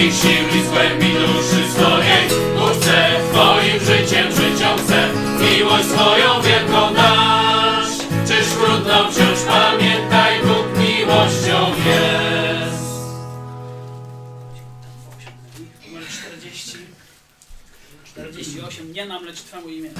wszystkich sił i z głębi duszy swojej. Bóg chce twoim życiem życiom chce, miłość swoją wielką dasz. Czyż trudno wciąż pamiętaj, Bóg miłością jest. Numer 48. Nie nam, lecz Twemu imię.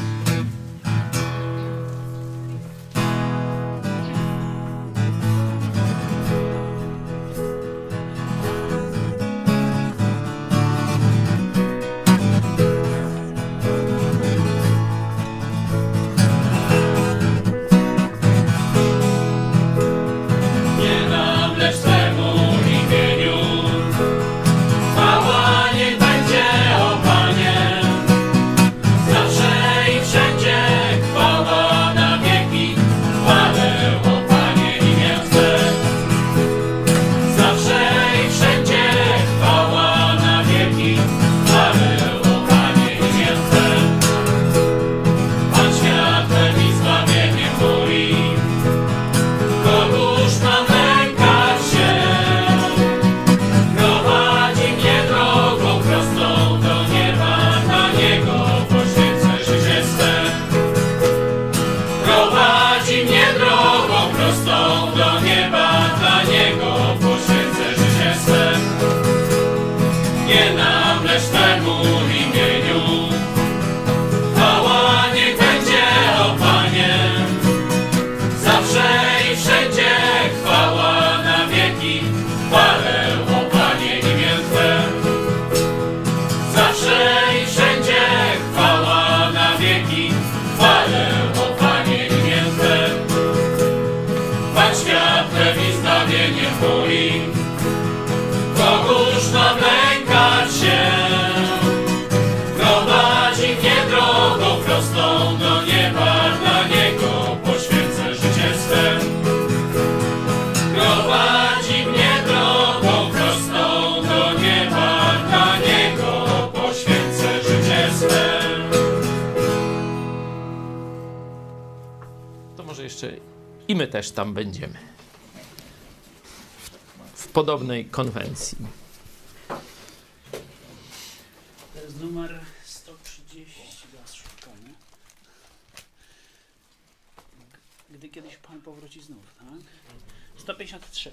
I my też tam będziemy. W podobnej konwencji. To jest numer 130. Teraz szukamy. Gdy kiedyś Pan powróci znów, tak? 153.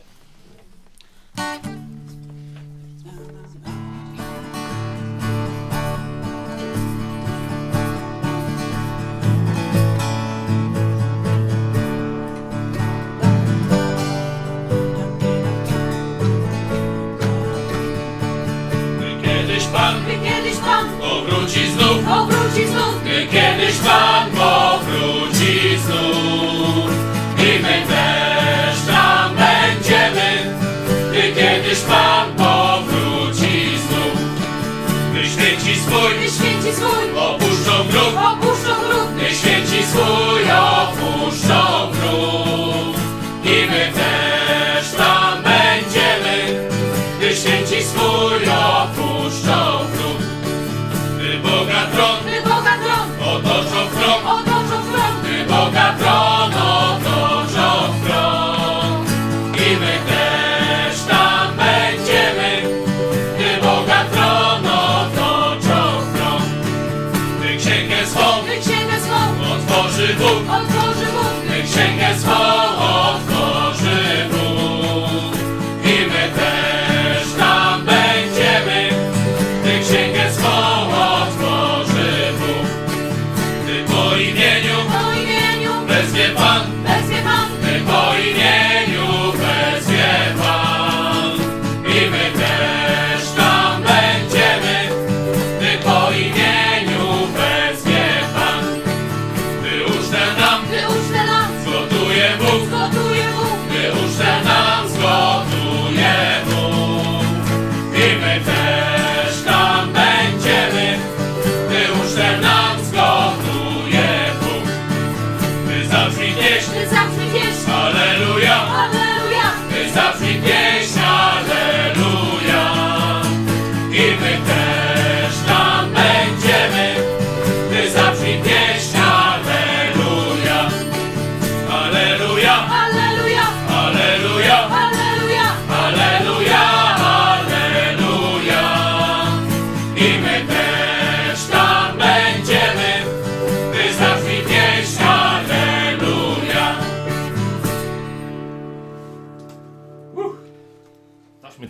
Powróci znów, gdy kiedyś Pan powróci znów. I my też tam będziemy, gdy kiedyś Pan powróci znów. Gdy święci swój opuszczą grób, gdy święci swój opuszczą grób. I my też tam będziemy, gdy święci swój opuszczą grób. Gdy Boga tron otoczą w krąg, gdy Boga tron otoczą w krąg. I my też tam będziemy, gdy Boga tron otoczą w krąg. Gdy księgę swą otworzy Bóg, gdy księgę swą otworzy Bóg. I my też tam będziemy, gdy księgę swą otworzy Bóg. Gdy po imieniu wezwie Pan, gdy po imieniu wezwie Pan. I my też tam będziemy, gdy po imieniu wezwie Pan. Gdy ucztę nam zgotuje Bóg,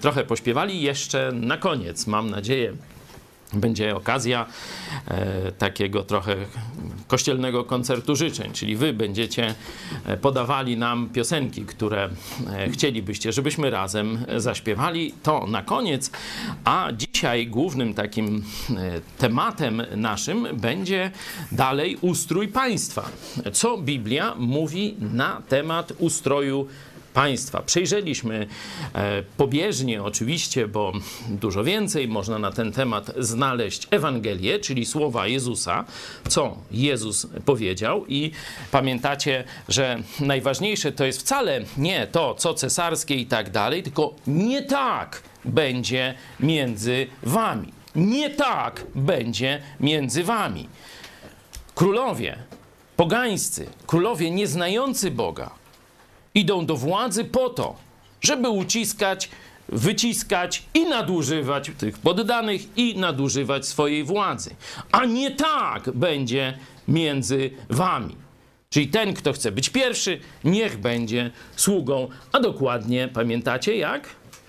trochę pośpiewali. Jeszcze na koniec, mam nadzieję, będzie okazja takiego trochę kościelnego koncertu życzeń, czyli wy będziecie podawali nam piosenki, które chcielibyście, żebyśmy razem zaśpiewali. To na koniec, a dzisiaj głównym takim tematem naszym będzie dalej ustrój państwa. Co Biblia mówi na temat ustroju państwa. Przejrzeliśmy pobieżnie oczywiście, bo dużo więcej można na ten temat znaleźć Ewangelię, czyli słowa Jezusa, co Jezus powiedział i pamiętacie, że najważniejsze to jest wcale nie to, co cesarskie i tak dalej, tylko nie tak będzie między wami. Nie tak będzie między wami. Królowie pogańscy, królowie nieznający Boga, idą do władzy po to, żeby uciskać, wyciskać i nadużywać tych poddanych i nadużywać swojej władzy. A nie tak będzie między wami. Czyli ten, kto chce być pierwszy, niech będzie sługą, a dokładnie pamiętacie jak?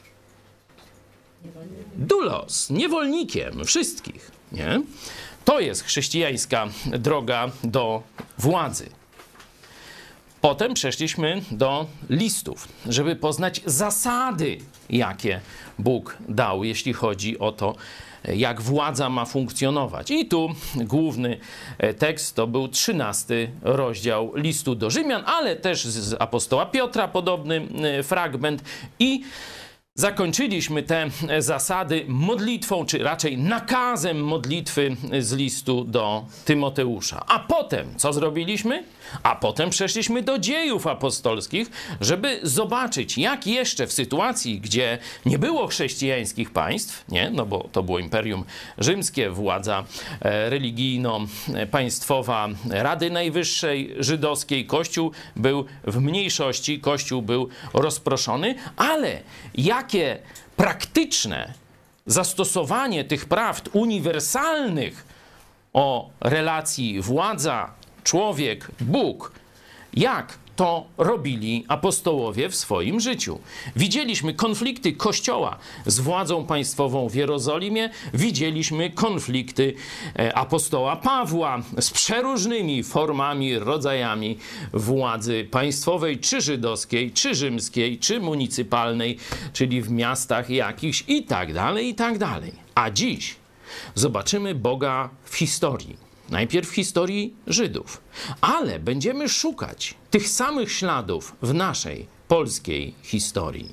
Doulos, niewolnikiem wszystkich, nie? To jest chrześcijańska droga do władzy. Potem przeszliśmy do listów, żeby poznać zasady, jakie Bóg dał, jeśli chodzi o to, jak władza ma funkcjonować. I tu główny tekst to był 13 rozdział listu do Rzymian, ale też z apostoła Piotra podobny fragment i zakończyliśmy te zasady modlitwą, czy raczej nakazem modlitwy z listu do Tymoteusza. A potem co zrobiliśmy? A potem przeszliśmy do dziejów apostolskich, żeby zobaczyć, jak jeszcze w sytuacji, gdzie nie było chrześcijańskich państw, nie, no bo to było Imperium Rzymskie, władza religijno-państwowa Rady Najwyższej Żydowskiej, Kościół był w mniejszości, Kościół był rozproszony, ale jakie praktyczne zastosowanie tych prawd uniwersalnych o relacji władza, człowiek, Bóg, jak to robili apostołowie w swoim życiu. Widzieliśmy konflikty Kościoła z władzą państwową w Jerozolimie, widzieliśmy konflikty apostoła Pawła z przeróżnymi formami, rodzajami władzy państwowej, czy żydowskiej, czy rzymskiej, czy municypalnej, czyli w miastach jakichś i tak dalej, i tak dalej. A dziś zobaczymy Boga w historii. Najpierw w historii Żydów, ale będziemy szukać tych samych śladów w naszej polskiej historii.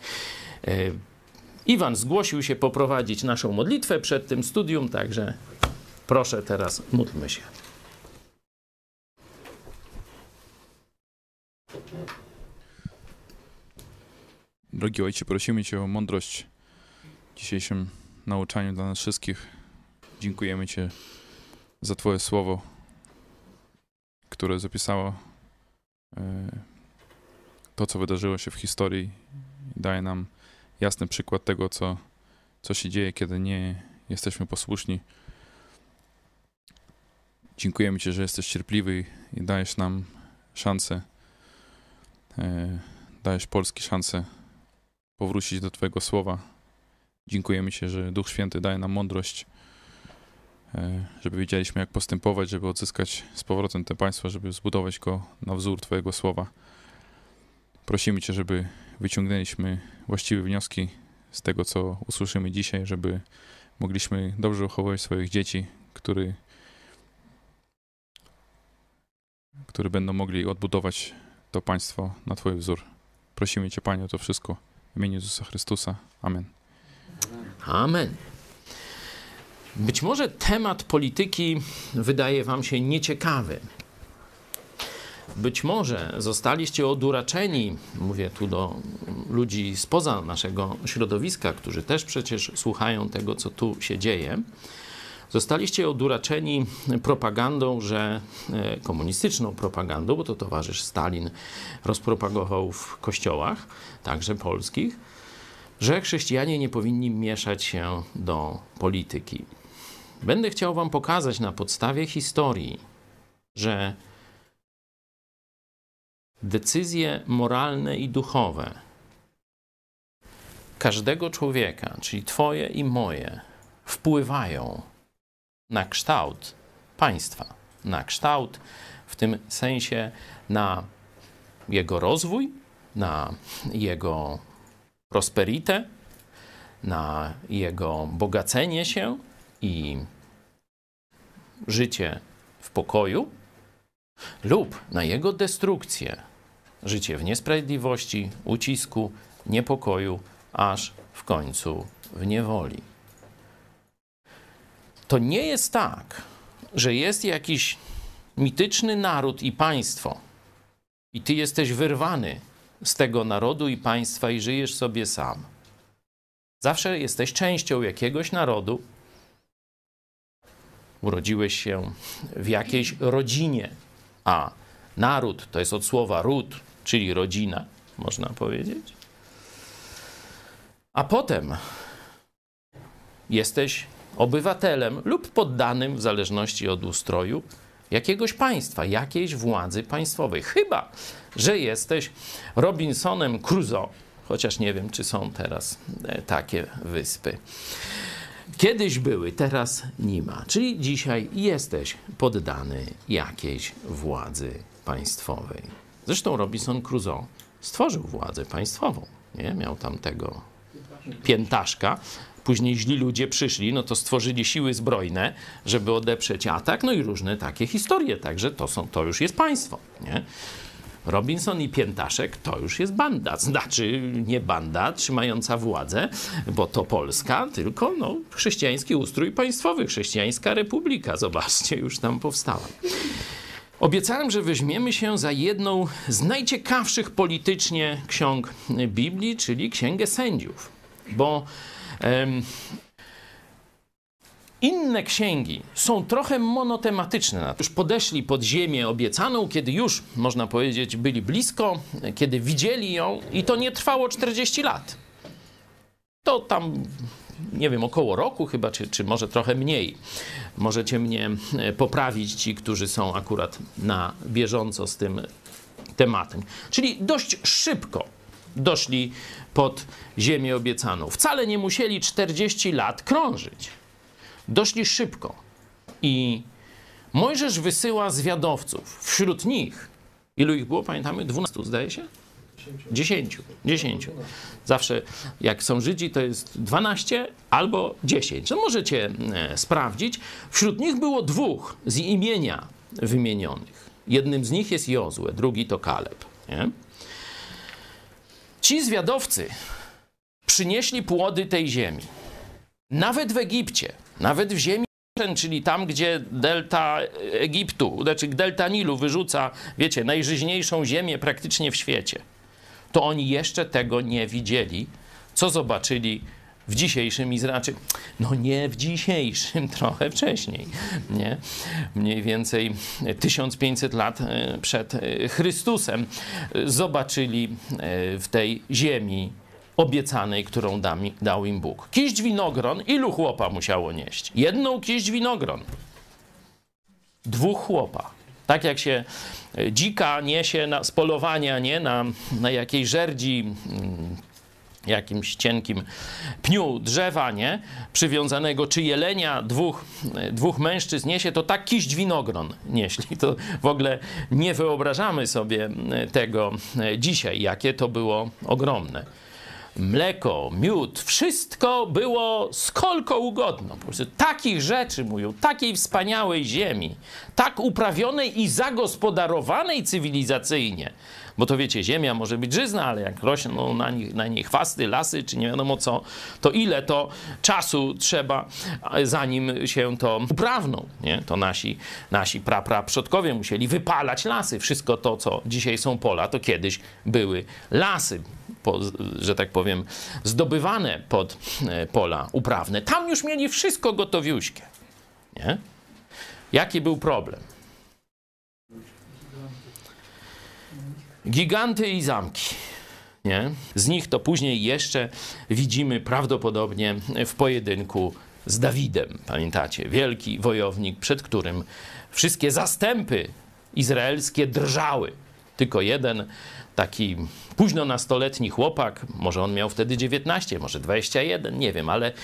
Iwan zgłosił się poprowadzić naszą modlitwę przed tym studium, także proszę teraz módlmy się. Drogi Ojcze, prosimy Cię o mądrość w dzisiejszym nauczaniu dla nas wszystkich. Dziękujemy Ci za Twoje słowo, które zapisało to, co wydarzyło się w historii. Daje nam jasny przykład tego, co się dzieje, kiedy nie jesteśmy posłuszni. Dziękujemy Ci, że jesteś cierpliwy i dajesz nam szansę, dajesz Polsce szansę powrócić do Twojego słowa. Dziękujemy Ci, że Duch Święty daje nam mądrość, żeby wiedzieliśmy, jak postępować, żeby odzyskać z powrotem te państwo, żeby zbudować go na wzór Twojego słowa. Prosimy Cię, żeby wyciągnęliśmy właściwe wnioski z tego, co usłyszymy dzisiaj, żeby mogliśmy dobrze wychowywać swoich dzieci, które będą mogli odbudować to państwo na Twój wzór. Prosimy Cię, Panie, o to wszystko w imieniu Jezusa Chrystusa. Amen. Amen. Być może temat polityki wydaje wam się nieciekawy. Być może zostaliście oduraczeni, mówię tu do ludzi spoza naszego środowiska, którzy też przecież słuchają tego, co tu się dzieje. Zostaliście oduraczeni propagandą, komunistyczną propagandą, bo to towarzysz Stalin rozpropagował w kościołach, także polskich, że chrześcijanie nie powinni mieszać się do polityki. Będę chciał wam pokazać na podstawie historii, że decyzje moralne i duchowe każdego człowieka, czyli twoje i moje, wpływają na kształt państwa, na kształt w tym sensie na jego rozwój, na jego prosperitę, na jego bogacenie się i życie w pokoju, lub na jego destrukcję, życie w niesprawiedliwości, ucisku, niepokoju, aż w końcu w niewoli. To nie jest tak, że jest jakiś mityczny naród i państwo i ty jesteś wyrwany z tego narodu i państwa i żyjesz sobie sam. Zawsze jesteś częścią jakiegoś narodu. Urodziłeś się w jakiejś rodzinie, a naród to jest od słowa ród, czyli rodzina, można powiedzieć. A potem jesteś obywatelem lub poddanym, w zależności od ustroju, jakiegoś państwa, jakiejś władzy państwowej. Chyba że jesteś Robinsonem Crusoe, chociaż nie wiem, czy są teraz takie wyspy. Kiedyś były, teraz nie ma. Czyli dzisiaj jesteś poddany jakiejś władzy państwowej. Zresztą Robinson Crusoe stworzył władzę państwową. Nie? Miał tam tego piętaszka. Później źli ludzie przyszli, no to stworzyli siły zbrojne, żeby odeprzeć atak, no i różne takie historie. Także to już jest państwo. Nie? Robinson i piętaszek to już jest banda. Znaczy nie banda trzymająca władzę, bo to Polska, tylko no, chrześcijański ustrój państwowy, chrześcijańska republika. Zobaczcie, już tam powstała. Obiecałem, że weźmiemy się za jedną z najciekawszych politycznie ksiąg Biblii, czyli Księgę Sędziów. Bo inne księgi są trochę monotematyczne. Już podeszli pod ziemię obiecaną, kiedy już, można powiedzieć, byli blisko, kiedy widzieli ją i to nie trwało 40 lat. To tam, nie wiem, około roku chyba, czy może trochę mniej. Możecie mnie poprawić, ci, którzy są akurat na bieżąco z tym tematem. Czyli dość szybko doszli pod ziemię obiecaną. Wcale nie musieli 40 lat krążyć. Doszli szybko. I Mojżesz wysyła zwiadowców. Wśród nich, ilu ich było, pamiętamy? 12, zdaje się? 10. Zawsze jak są Żydzi, to jest 12 albo 10. No możecie sprawdzić. Wśród nich było 2 z imienia wymienionych. Jednym z nich jest Jozue, drugi to Kaleb. Nie? Ci zwiadowcy przynieśli płody tej ziemi. Nawet w Egipcie, nawet w ziemi, czyli tam, gdzie delta Egiptu, znaczy delta Nilu wyrzuca, wiecie, najżyźniejszą ziemię praktycznie w świecie, to oni jeszcze tego nie widzieli, co zobaczyli w dzisiejszym Izraelu. No nie w dzisiejszym, trochę wcześniej, nie? Mniej więcej 1500 lat przed Chrystusem zobaczyli w tej ziemi obiecanej, którą dał im Bóg. Kiść winogron, ilu chłopa musiało nieść? 1 kiść winogron. 2 chłopa. Tak jak się dzika niesie z polowania, nie? Na jakiejś żerdzi, jakimś cienkim pniu drzewa, nie? Przywiązanego, czy jelenia 2 mężczyzn niesie, to tak kiść winogron nieśli. To w ogóle nie wyobrażamy sobie tego dzisiaj, jakie to było ogromne. Mleko, miód, wszystko było skolko ugodno. Po prostu takich rzeczy, mówią, takiej wspaniałej ziemi, tak uprawionej i zagospodarowanej cywilizacyjnie. Bo to wiecie, ziemia może być żyzna, ale jak rośną na niej chwasty, lasy, czy nie wiadomo co, to ile to czasu trzeba, zanim się to uprawną. Nie? To nasi praprzodkowie musieli wypalać lasy. Wszystko to, co dzisiaj są pola, to kiedyś były lasy, że tak powiem, zdobywane pod pola uprawne. Tam już mieli wszystko gotowiuśkie. Nie? Jaki był problem? Giganty i zamki. Nie? Z nich to później jeszcze widzimy prawdopodobnie w pojedynku z Dawidem. Pamiętacie? Wielki wojownik, przed którym wszystkie zastępy izraelskie drżały. tylko jeden taki późno nastoletni chłopak, może on miał wtedy 19, może 21, nie wiem, ale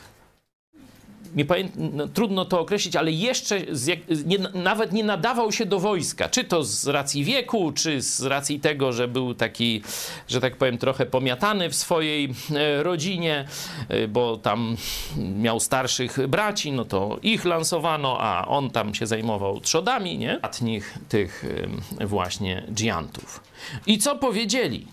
no, trudno to określić, ale jeszcze nawet nie nadawał się do wojska. Czy to z racji wieku, czy z racji tego, że był taki, że tak powiem, trochę pomiatany w swojej rodzinie, bo tam miał starszych braci, no to ich lansowano, a on tam się zajmował trzodami, nie? Ostatnich tych właśnie dżiantów. I co powiedzieli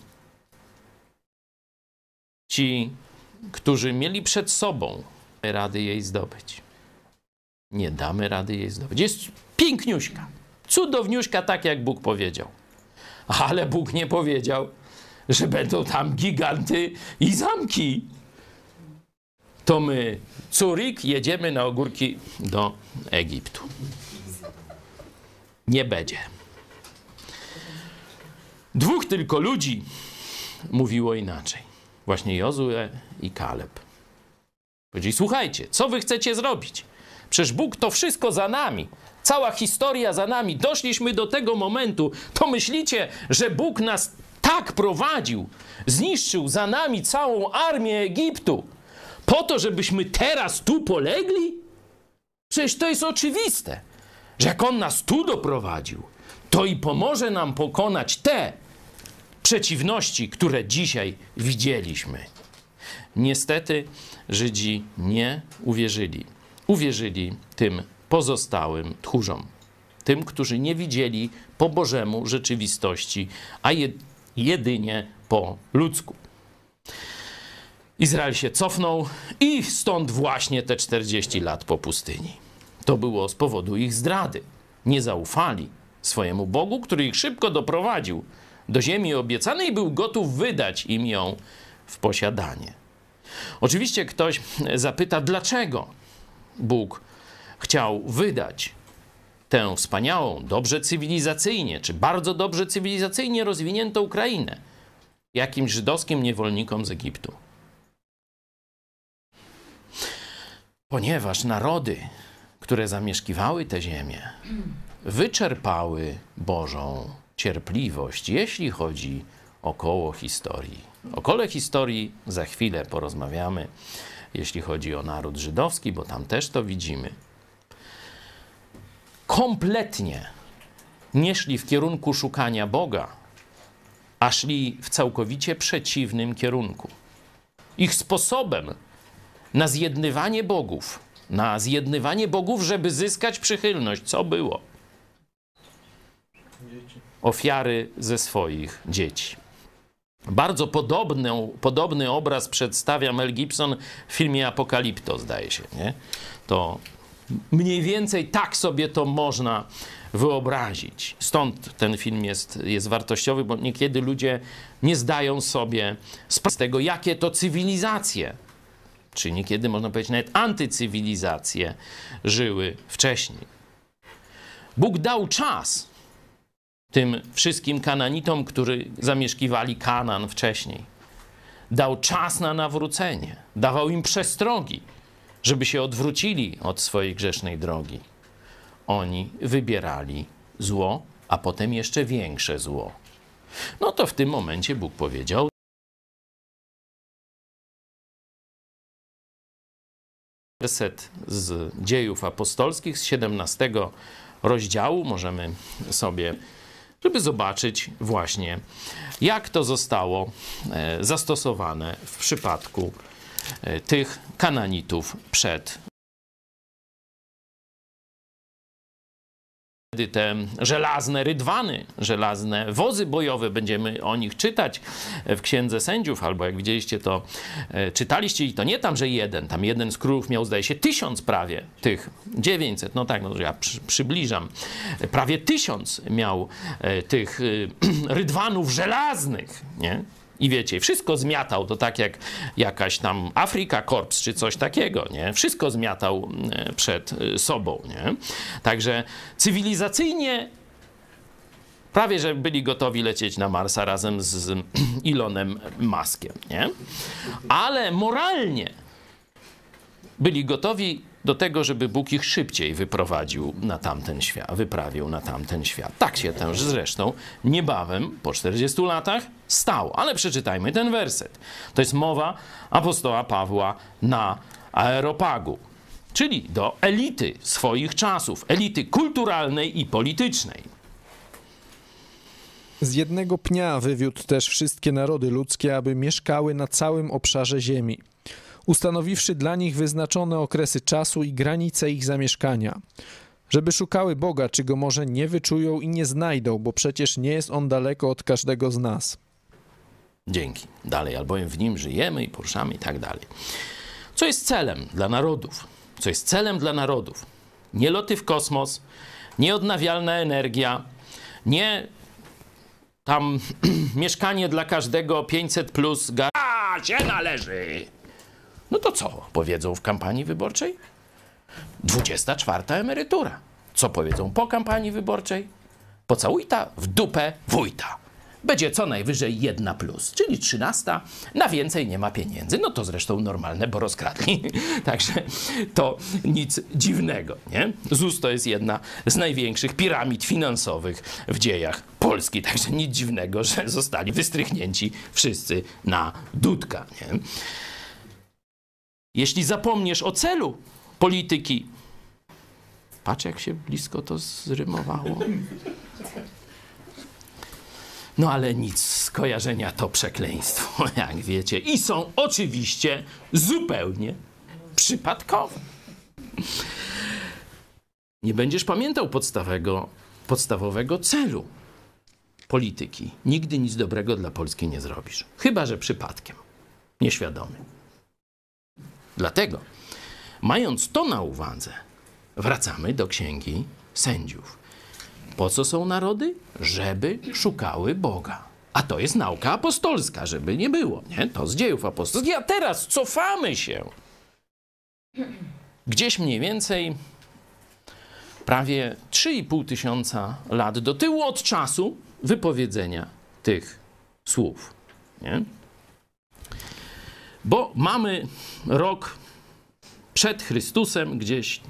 ci, którzy mieli przed sobą rady jej zdobyć? Nie damy rady jej zdobyć. Jest piękniuśka, cudowniuśka, tak jak Bóg powiedział. Ale Bóg nie powiedział, że będą tam giganty i zamki. To my, Curik, jedziemy na ogórki do Egiptu. Nie będzie. Dwóch tylko ludzi mówiło inaczej. Właśnie Jozue i Kaleb. Powiedzieli, słuchajcie, co wy chcecie zrobić? Przecież Bóg to wszystko za nami. Cała historia za nami. Doszliśmy do tego momentu. To myślicie, że Bóg nas tak prowadził, zniszczył za nami całą armię Egiptu, po to, żebyśmy teraz tu polegli? Przecież to jest oczywiste, że jak On nas tu doprowadził, to i pomoże nam pokonać te przeciwności, które dzisiaj widzieliśmy. Niestety Żydzi nie uwierzyli. Uwierzyli tym pozostałym tchórzom. Tym, którzy nie widzieli po Bożemu rzeczywistości, a jedynie po ludzku. Izrael się cofnął i stąd właśnie te 40 lat po pustyni. To było z powodu ich zdrady. Nie zaufali swojemu Bogu, który ich szybko doprowadził do ziemi obiecanej i był gotów wydać im ją w posiadanie. Oczywiście ktoś zapyta, dlaczego Bóg chciał wydać tę wspaniałą, dobrze cywilizacyjnie, czy bardzo dobrze cywilizacyjnie rozwiniętą Ukrainę jakimś żydowskim niewolnikom z Egiptu. Ponieważ narody, które zamieszkiwały tę ziemię, wyczerpały Bożą cierpliwość, jeśli chodzi o koło historii. O kole historii za chwilę porozmawiamy, jeśli chodzi o naród żydowski, bo tam też to widzimy. Kompletnie nie szli w kierunku szukania Boga, a szli w całkowicie przeciwnym kierunku. Ich sposobem na zjednywanie bogów, żeby zyskać przychylność, co było? Ofiary ze swoich dzieci. Bardzo podobny obraz przedstawia Mel Gibson w filmie Apokalipto, zdaje się, nie? To mniej więcej tak sobie to można wyobrazić. Stąd ten film jest wartościowy, bo niekiedy ludzie nie zdają sobie sprawy z tego, jakie to cywilizacje, czy niekiedy można powiedzieć nawet antycywilizacje żyły wcześniej. Bóg dał czas tym wszystkim Kananitom, którzy zamieszkiwali Kanaan wcześniej. Dał czas na nawrócenie. Dawał im przestrogi, żeby się odwrócili od swojej grzesznej drogi. Oni wybierali zło, a potem jeszcze większe zło. No to w tym momencie Bóg powiedział, werset z Dziejów Apostolskich, z 17 rozdziału, możemy sobie, żeby zobaczyć właśnie, jak to zostało zastosowane w przypadku tych Kananitów przed te żelazne rydwany, żelazne wozy bojowe, będziemy o nich czytać w Księdze Sędziów, albo jak widzieliście, to czytaliście i to nie tam, że jeden, tam jeden z królów miał, zdaje się, 1000 prawie, tych 900, no tak, no ja przybliżam, prawie 1000 miał tych rydwanów żelaznych, nie? I wiecie, wszystko zmiatał, to tak jak jakaś tam Afrika Korps czy coś takiego, nie? Wszystko zmiatał przed sobą, nie? Także cywilizacyjnie prawie, że byli gotowi lecieć na Marsa razem z Elonem Muskiem, nie? Ale moralnie byli gotowi do tego, żeby Bóg ich szybciej wyprowadził na tamten świat, wyprawił na tamten świat. Tak się też zresztą niebawem, po 40 latach, stało. Ale przeczytajmy ten werset. To jest mowa apostoła Pawła na Areopagu, czyli do elity swoich czasów, elity kulturalnej i politycznej. Z jednego pnia wywiódł też wszystkie narody ludzkie, aby mieszkały na całym obszarze ziemi, ustanowiwszy dla nich wyznaczone okresy czasu i granice ich zamieszkania, żeby szukały Boga, czy Go może nie wyczują i nie znajdą, bo przecież nie jest On daleko od każdego z nas. Dzięki. Dalej, albowiem w Nim żyjemy i poruszamy i tak dalej. Co jest celem dla narodów? Co jest celem dla narodów? Nie loty w kosmos, nie odnawialna energia, nie tam mieszkanie dla każdego 500 plus się należy. No to co powiedzą w kampanii wyborczej? 24. emerytura. Co powiedzą po kampanii wyborczej? Pocałuj ta w dupę wójta. Będzie co najwyżej 1 plus, czyli 13. Na więcej nie ma pieniędzy. No to zresztą normalne, bo rozkradli. Także to nic dziwnego, nie? ZUS to jest jedna z największych piramid finansowych w dziejach Polski. Także nic dziwnego, że zostali wystrychnięci wszyscy na dudka, nie? Jeśli zapomniesz o celu polityki, patrz jak się blisko to zrymowało. No ale nic, skojarzenia to przekleństwo, jak wiecie. I są oczywiście zupełnie przypadkowe. Nie będziesz pamiętał podstawowego celu polityki. Nigdy nic dobrego dla Polski nie zrobisz. Chyba że przypadkiem, nieświadomym. Dlatego, mając to na uwadze, wracamy do Księgi Sędziów. Po co są narody? Żeby szukały Boga. A to jest nauka apostolska, żeby nie było, nie? To z Dziejów Apostolskich. A teraz cofamy się gdzieś mniej więcej prawie 3,5 tysiąca lat do tyłu od czasu wypowiedzenia tych słów, nie? Bo mamy rok przed Chrystusem, gdzieś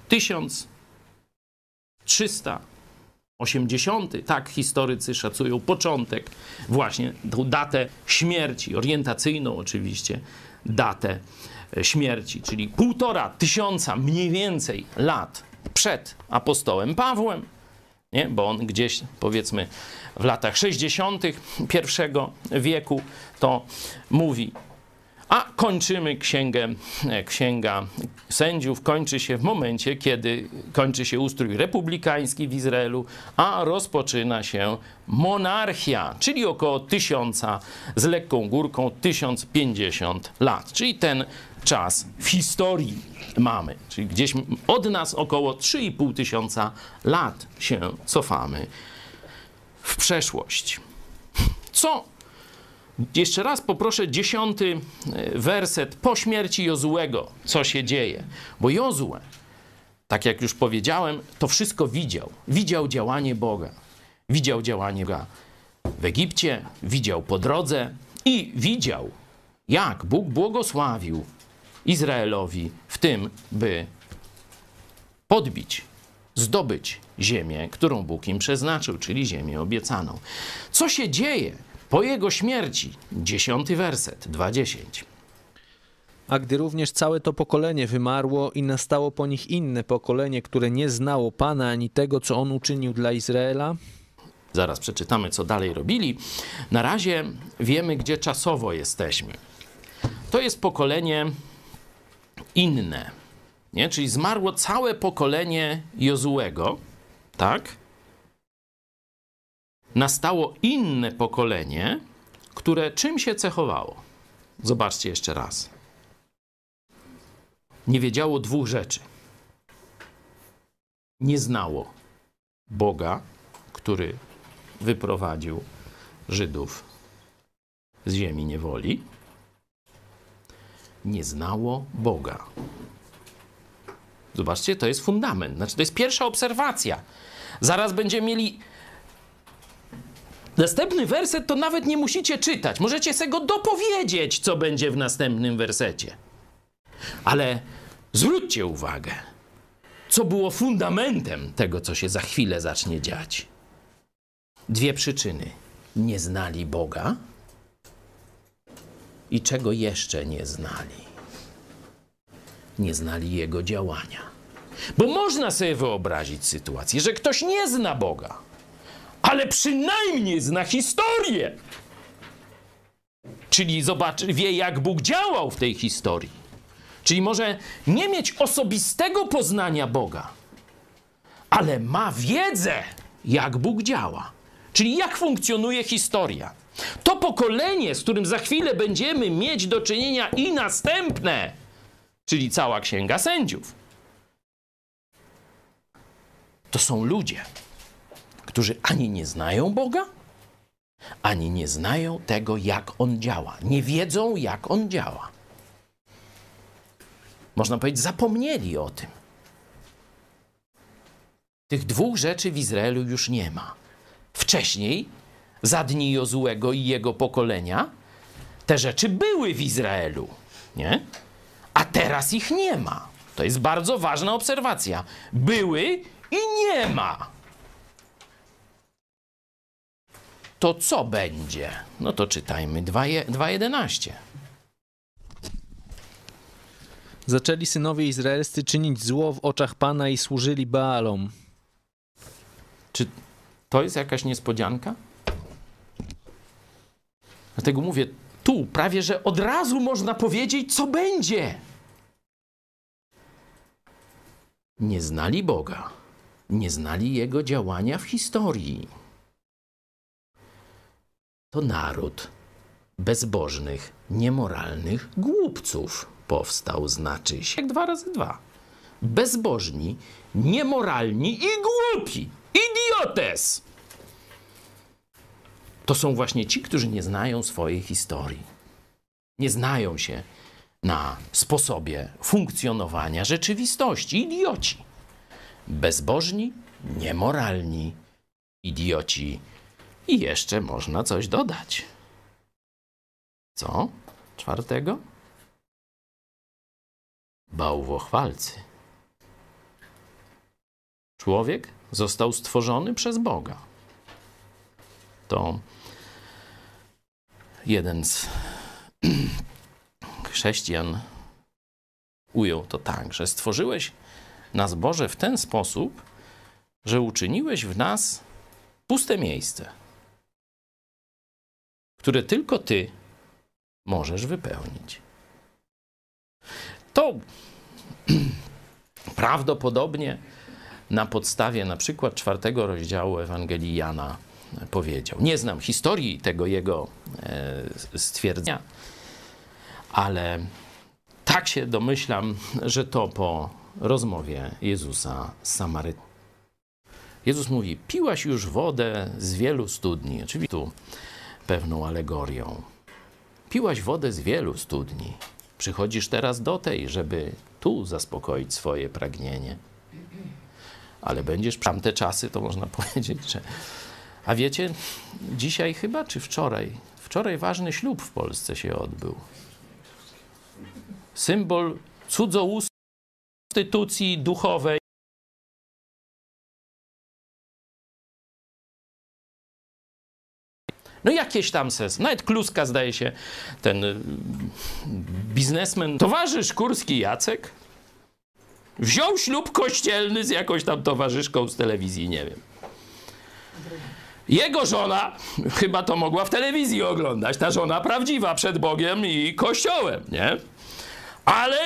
1380, tak historycy szacują początek, właśnie tą datę śmierci, orientacyjną oczywiście datę śmierci, czyli 1500 mniej więcej lat przed apostołem Pawłem, nie? Bo on gdzieś powiedzmy w latach 60. I wieku to mówi. A kończymy Księga Sędziów kończy się w momencie, kiedy kończy się ustrój republikański w Izraelu, a rozpoczyna się monarchia, czyli około 1000 z lekką górką 1050 lat. Czyli ten czas w historii mamy. Czyli gdzieś od nas około 3,5 tysiąca lat się cofamy w przeszłość. Co? Jeszcze raz poproszę 10 werset po śmierci Jozłego, co się dzieje. Bo Jozue, tak jak już powiedziałem, to wszystko widział. Widział działanie Boga. Widział działanie Boga w Egipcie, widział po drodze i widział, jak Bóg błogosławił Izraelowi w tym, by podbić, zdobyć ziemię, którą Bóg im przeznaczył, czyli ziemię obiecaną. Co się dzieje po jego śmierci? 10 werset, 2:10. A gdy również całe to pokolenie wymarło i nastało po nich inne pokolenie, które nie znało Pana ani tego, co On uczynił dla Izraela. Zaraz przeczytamy, co dalej robili. Na razie wiemy, gdzie czasowo jesteśmy. To jest pokolenie inne, nie? Czyli zmarło całe pokolenie Jozuego, tak? Nastało inne pokolenie, które czym się cechowało? Zobaczcie jeszcze raz. Nie wiedziało dwóch rzeczy. Nie znało Boga, który wyprowadził Żydów z ziemi niewoli. Nie znało Boga. Zobaczcie, to jest fundament. Znaczy, to jest pierwsza obserwacja. Zaraz będziemy mieli następny werset, to nawet nie musicie czytać. Możecie sobie go dopowiedzieć, co będzie w następnym wersecie. Ale Zwróćcie uwagę, co było fundamentem tego, co się za chwilę zacznie dziać. Dwie przyczyny. Nie znali Boga i czego jeszcze nie znali. Nie znali Jego działania. Bo można sobie wyobrazić sytuację, że ktoś nie zna Boga, ale przynajmniej zna historię. Czyli wie, jak Bóg działał w tej historii. Czyli może nie mieć osobistego poznania Boga, ale ma wiedzę, jak Bóg działa. Czyli jak funkcjonuje historia. To pokolenie, z którym za chwilę będziemy mieć do czynienia i następne, czyli cała Księga Sędziów, to są ludzie, którzy ani nie znają Boga, ani nie znają tego, jak On działa. Nie wiedzą, jak On działa. Można powiedzieć, zapomnieli o tym. Tych dwóch rzeczy w Izraelu już nie ma. Wcześniej, za dni Jozułego i jego pokolenia, te rzeczy były w Izraelu, nie? A teraz ich nie ma. To jest bardzo ważna obserwacja. Były i nie ma. To co będzie? No to czytajmy 2:11. Zaczęli synowie izraelscy czynić zło w oczach Pana i służyli Baalom. Czy to jest jakaś niespodzianka? Dlatego mówię, tu prawie, że od razu można powiedzieć, co będzie. Nie znali Boga. Nie znali Jego działania w historii. To naród bezbożnych, niemoralnych głupców powstał, znaczy się jak 2 razy 2. Bezbożni, niemoralni i głupi. Idiotes! To są właśnie ci, którzy nie znają swojej historii. Nie znają się na sposobie funkcjonowania rzeczywistości. Idioci. Bezbożni, niemoralni, idioci. I jeszcze można coś dodać. Co? 4. Bałwochwalcy. Człowiek został stworzony przez Boga. To jeden z chrześcijan ujął to tak, że stworzyłeś nas, Boże, w ten sposób, że uczyniłeś w nas puste miejsce, które tylko Ty możesz wypełnić. To prawdopodobnie na podstawie na przykład 4 rozdziału Ewangelii Jana powiedział. Nie znam historii tego jego stwierdzenia, ale tak się domyślam, że to po rozmowie Jezusa z Samarytą. Jezus mówi, piłaś już wodę z wielu studni. Oczywiście tu pewną alegorią. Piłaś wodę z wielu studni. Przychodzisz teraz do tej, żeby tu zaspokoić swoje pragnienie. Ale będziesz tamte czasy, to można powiedzieć, że... A wiecie, dzisiaj chyba, czy wczoraj? Wczoraj ważny ślub w Polsce się odbył. Symbol cudzołóstwa, instytucji duchowej. No jakieś tam sens. Nawet Kluska, zdaje się, ten biznesmen, towarzysz Kurski Jacek, wziął ślub kościelny z jakąś tam towarzyszką z telewizji, nie wiem. Jego żona chyba to mogła w telewizji oglądać, ta żona prawdziwa przed Bogiem i Kościołem, nie? Ale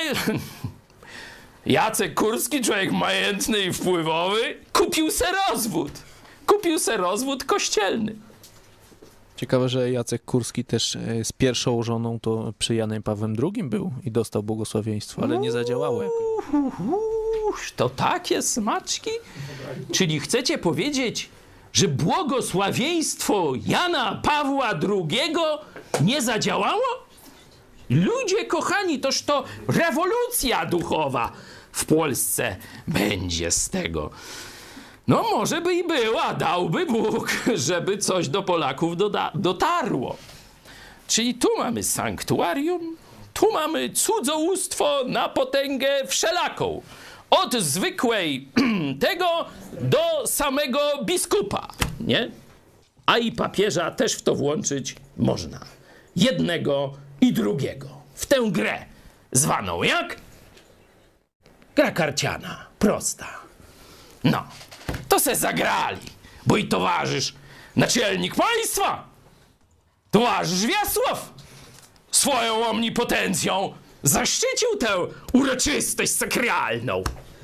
Jacek Kurski, człowiek majętny i wpływowy, kupił se rozwód. Kupił se rozwód kościelny. Ciekawe, że Jacek Kurski też z pierwszą żoną to przy Janem Pawłem II był i dostał błogosławieństwo, ale nie zadziałało jakoś. To takie smaczki? Czyli chcecie powiedzieć, że błogosławieństwo Jana Pawła II nie zadziałało? Ludzie kochani, toż to rewolucja duchowa w Polsce będzie z tego. No może by i była, dałby Bóg, żeby coś do Polaków dotarło. Czyli tu mamy sanktuarium, Tu mamy cudzołóstwo na potęgę wszelaką. Od zwykłej tego do samego biskupa, nie? A i papieża też w to włączyć można. Jednego i drugiego. W tę grę zwaną jak? Gra karciana. Prosta. No, to se zagrali, bo i towarzysz, naczelnik państwa, towarzysz Wiesław, swoją omnipotencją zaszczycił tę uroczystość sakralną.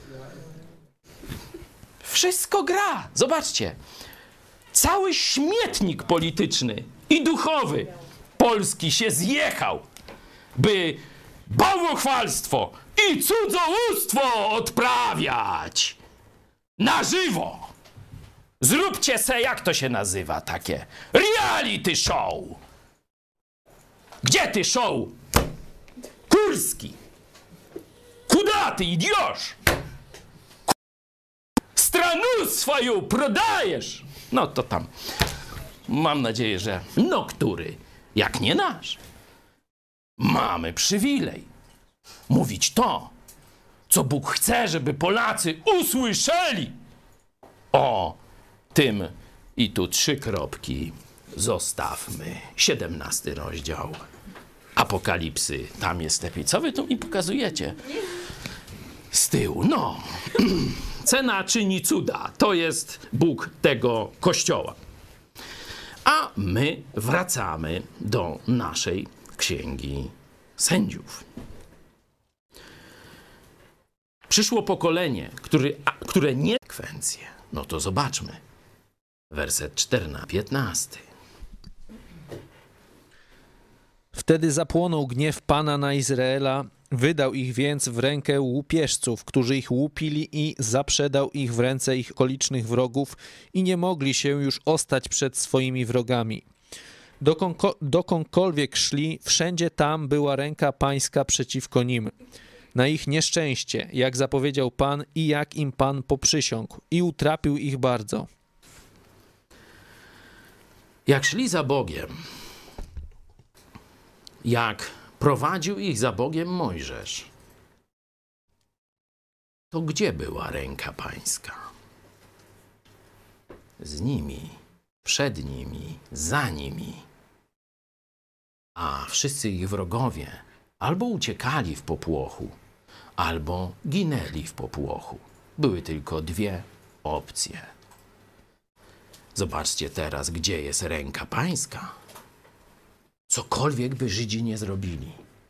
Wszystko gra. Zobaczcie. Cały śmietnik polityczny i duchowy Polski się zjechał, by bałwochwalstwo i cudzołóstwo odprawiać na żywo. Zróbcie se, jak to się nazywa takie? Reality show. Gdzie ty show? Kurski. Kudaty idiosz. Stranu swoją prodajesz. No to tam. Mam nadzieję, że no który, jak nie nasz. Mamy przywilej mówić to, co Bóg chce, żeby Polacy usłyszeli. O tym i tu 3 kropki zostawmy. 17 rozdział Apokalipsy. Tam jest lepiej. Co wy tu mi pokazujecie? Z tyłu. No. Cena czyni cuda. To jest Bóg tego Kościoła. A my wracamy do naszej Księgi Sędziów. Przyszło pokolenie, które nie konsekwencje. No to zobaczmy. Werset 14-15. Wtedy zapłonął gniew Pana na Izraela, wydał ich więc w rękę łupieżców, którzy ich łupili, i zaprzedał ich w ręce ich okolicznych wrogów i nie mogli się już ostać przed swoimi wrogami. Dokądkolwiek szli, wszędzie tam była ręka pańska przeciwko nim. Na ich nieszczęście, jak zapowiedział Pan i jak im Pan poprzysiągł, i utrapił ich bardzo. Jak szli za Bogiem, jak prowadził ich za Bogiem Mojżesz, to gdzie była ręka pańska? Z nimi, przed nimi, za nimi. A wszyscy ich wrogowie albo uciekali w popłochu, albo ginęli w popłochu. Były tylko 2 opcje. Zobaczcie teraz, gdzie jest ręka pańska. Cokolwiek by Żydzi nie zrobili,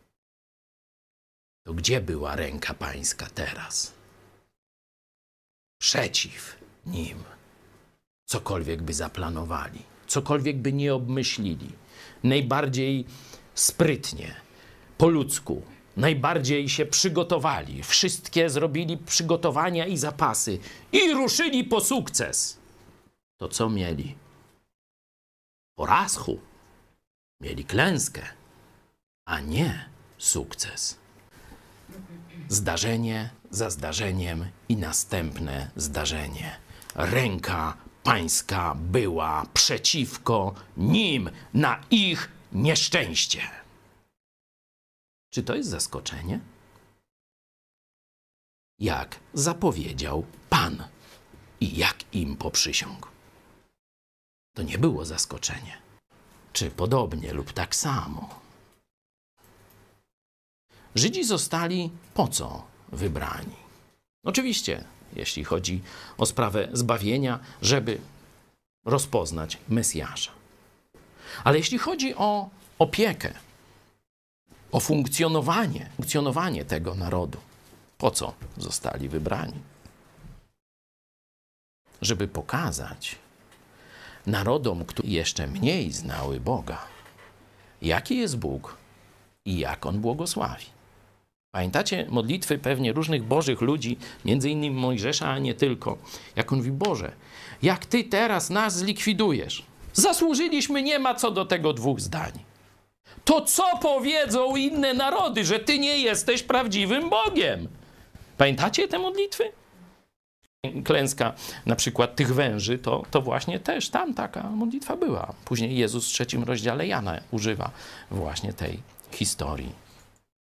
to gdzie była ręka pańska teraz? Przeciw nim. Cokolwiek by zaplanowali, cokolwiek by nie obmyślili, najbardziej sprytnie, po ludzku, najbardziej się przygotowali, wszystkie zrobili przygotowania i zapasy i ruszyli po sukces. To co mieli? Porażkę. Mieli klęskę, a nie sukces. Zdarzenie za zdarzeniem i następne zdarzenie. Ręka pańska była przeciwko nim na ich nieszczęście. Czy to jest zaskoczenie? Jak zapowiedział Pan i jak im poprzysiągł. To nie było zaskoczenie. Czy podobnie lub tak samo? Żydzi zostali po co wybrani? Oczywiście, jeśli chodzi o sprawę zbawienia, żeby rozpoznać Mesjasza. Ale jeśli chodzi o opiekę, o funkcjonowanie tego narodu, po co zostali wybrani? Żeby pokazać narodom, które jeszcze mniej znały Boga, jaki jest Bóg i jak On błogosławi. Pamiętacie modlitwy pewnie różnych bożych ludzi, między innymi Mojżesza, a nie tylko. Jak on mówi: Boże, jak Ty teraz nas zlikwidujesz, zasłużyliśmy, nie ma co do tego 2 zdań. To co powiedzą inne narody, że Ty nie jesteś prawdziwym Bogiem? Pamiętacie te modlitwy? Klęska na przykład tych węży, to właśnie też tam taka modlitwa była. Później Jezus w 3 rozdziale Jana używa właśnie tej historii.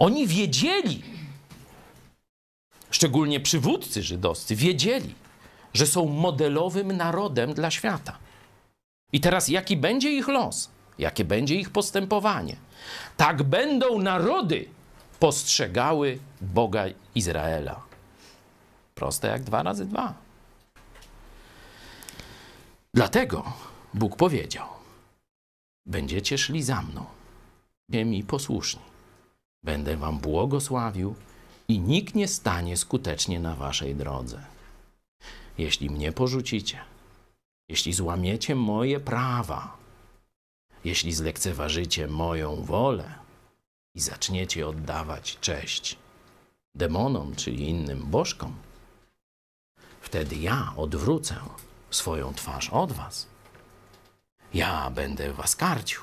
Oni wiedzieli, szczególnie przywódcy żydowscy, wiedzieli, że są modelowym narodem dla świata. I teraz jaki będzie ich los? Jakie będzie ich postępowanie? Tak będą narody postrzegały Boga Izraela. Proste jak 2 razy 2. Dlatego Bóg powiedział: będziecie szli za mną, będziecie mi posłuszni. Będę wam błogosławił i nikt nie stanie skutecznie na waszej drodze. Jeśli mnie porzucicie, jeśli złamiecie moje prawa, jeśli zlekceważycie moją wolę i zaczniecie oddawać cześć demonom, czyli innym bożkom, wtedy ja odwrócę swoją twarz od was. Ja będę was karcił.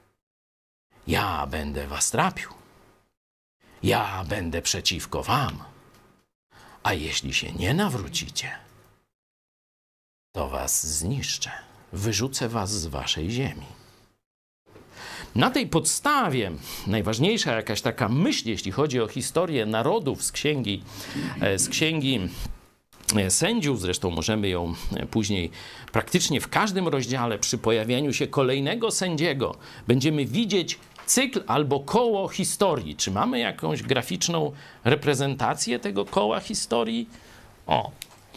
Ja będę was trapił. Ja będę przeciwko wam. A jeśli się nie nawrócicie, to was zniszczę. Wyrzucę was z waszej ziemi. Na tej podstawie najważniejsza jakaś taka myśl, jeśli chodzi o historię narodów z księgi Sędziów, zresztą możemy ją później praktycznie w każdym rozdziale przy pojawieniu się kolejnego sędziego będziemy widzieć cykl albo koło historii. Czy mamy jakąś graficzną reprezentację tego koła historii? O.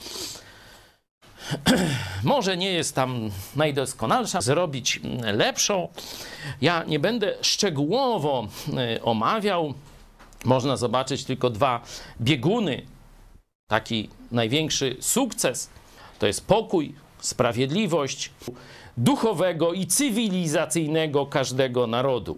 Może nie jest tam najdoskonalsza, zrobić lepszą. Ja nie będę szczegółowo omawiał. Można zobaczyć tylko 2 bieguny. Taki największy sukces to jest pokój, sprawiedliwość duchowego i cywilizacyjnego każdego narodu.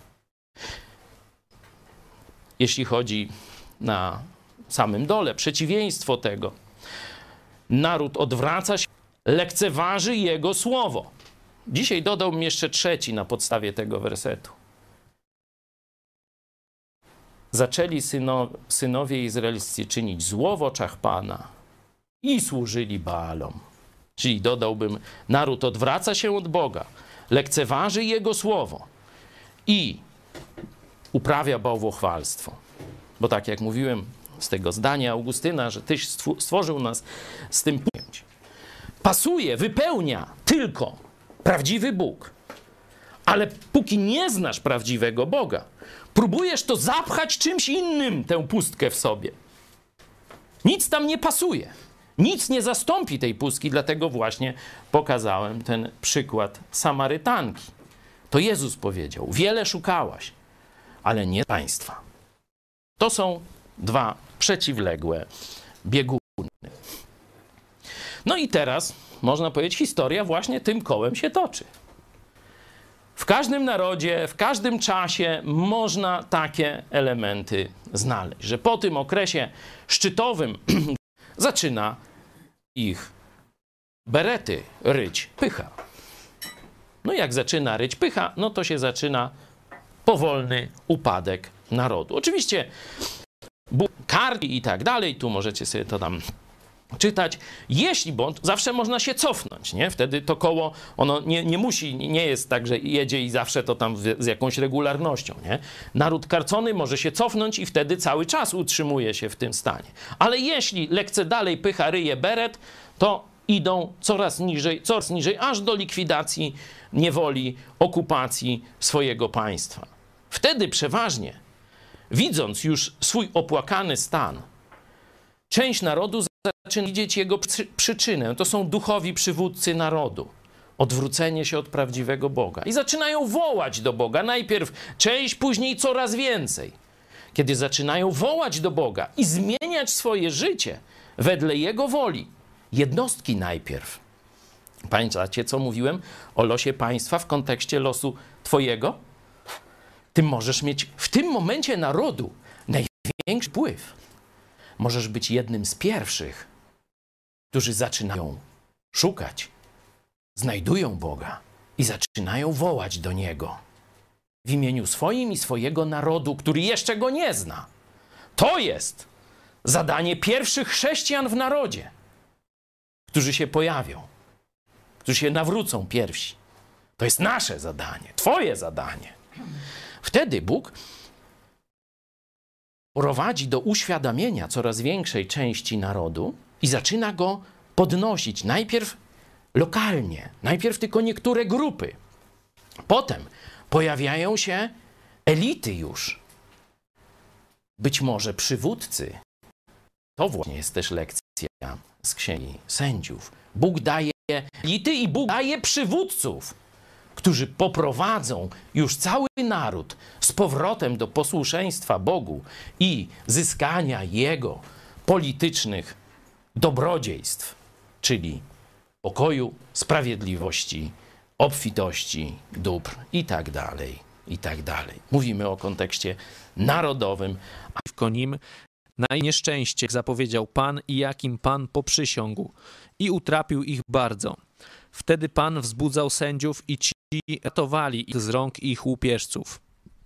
Jeśli chodzi na samym dole, przeciwieństwo tego. Naród odwraca się, lekceważy jego słowo. Dzisiaj dodałbym jeszcze 3 na podstawie tego wersetu. Zaczęli synowie izraelscy czynić zło w oczach Pana i służyli Baalom. Czyli dodałbym, naród odwraca się od Boga, lekceważy Jego słowo i uprawia bałwochwalstwo. Bo tak jak mówiłem z tego zdania Augustyna, że Tyś stworzył nas z tym pojęć. Pasuje, wypełnia tylko prawdziwy Bóg. Ale póki nie znasz prawdziwego Boga, próbujesz to zapchać czymś innym, tę pustkę w sobie. Nic tam nie pasuje. Nic nie zastąpi tej pustki, dlatego właśnie pokazałem ten przykład Samarytanki. To Jezus powiedział: wiele szukałaś, ale nie państwa. To są 2 przeciwległe bieguny. No i teraz, można powiedzieć, historia właśnie tym kołem się toczy. W każdym narodzie, w każdym czasie można takie elementy znaleźć, że po tym okresie szczytowym zaczyna ich berety ryć pycha. No jak zaczyna ryć pycha, no to się zaczyna powolny upadek narodu. Oczywiście Bóg karci i tak dalej, tu możecie sobie to tam czytać, bo zawsze można się cofnąć, nie? Wtedy to koło, ono nie jest tak, że jedzie i zawsze to tam z jakąś regularnością, nie? Naród karcony może się cofnąć i wtedy cały czas utrzymuje się w tym stanie. Ale jeśli lekce dalej pycha ryje beret, to idą coraz niżej, aż do likwidacji niewoli, okupacji swojego państwa. Wtedy przeważnie, widząc już swój opłakany stan, część narodu zaczyna widzieć jego przyczynę. To są duchowi przywódcy narodu. Odwrócenie się od prawdziwego Boga. I zaczynają wołać do Boga. Najpierw część, później coraz więcej. Kiedy zaczynają wołać do Boga i zmieniać swoje życie wedle Jego woli. Jednostki najpierw. Pamiętacie, co mówiłem o losie państwa w kontekście losu twojego? Ty możesz mieć w tym momencie narodu największy wpływ. Możesz być jednym z pierwszych, którzy zaczynają szukać, znajdują Boga i zaczynają wołać do Niego w imieniu swoim i swojego narodu, który jeszcze Go nie zna. To jest zadanie pierwszych chrześcijan w narodzie, którzy się pojawią, którzy się nawrócą pierwsi. To jest nasze zadanie, Twoje zadanie. Wtedy Bóg prowadzi do uświadamienia coraz większej części narodu i zaczyna go podnosić. Najpierw lokalnie, najpierw tylko niektóre grupy. Potem pojawiają się elity już. Być może przywódcy. To właśnie jest też lekcja z Księgi Sędziów. Bóg daje elity i Bóg daje przywódców, którzy poprowadzą już cały naród z powrotem do posłuszeństwa Bogu i zyskania Jego politycznych dobrodziejstw, czyli pokoju, sprawiedliwości, obfitości, dóbr i tak dalej, i tak dalej. Mówimy o kontekście narodowym. Przeciwko nim na nieszczęście zapowiedział Pan i jakim Pan poprzysiągł i utrapił ich bardzo. Wtedy Pan wzbudzał sędziów i ci ratowali ich z rąk ich łupieżców.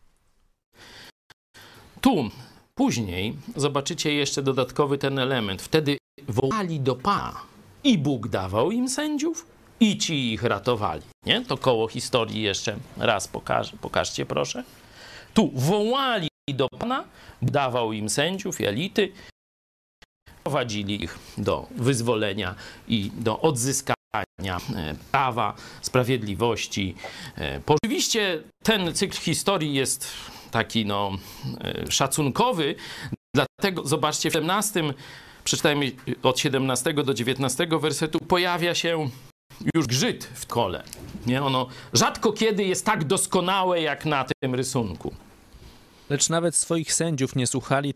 Tu później zobaczycie jeszcze dodatkowy ten element. Wtedy wołali do Pana i Bóg dawał im sędziów i ci ich ratowali. Nie? To koło historii jeszcze raz pokażcie proszę. Tu wołali do Pana, dawał im sędziów i elity, prowadzili ich do wyzwolenia i do odzyskania prawa, sprawiedliwości. Oczywiście ten cykl historii jest taki szacunkowy, dlatego zobaczcie w 17, przeczytajmy od 17 do 19 wersetu, pojawia się już grzyt w kole. Nie? Ono rzadko kiedy jest tak doskonałe jak na tym rysunku. Lecz nawet swoich sędziów nie słuchali,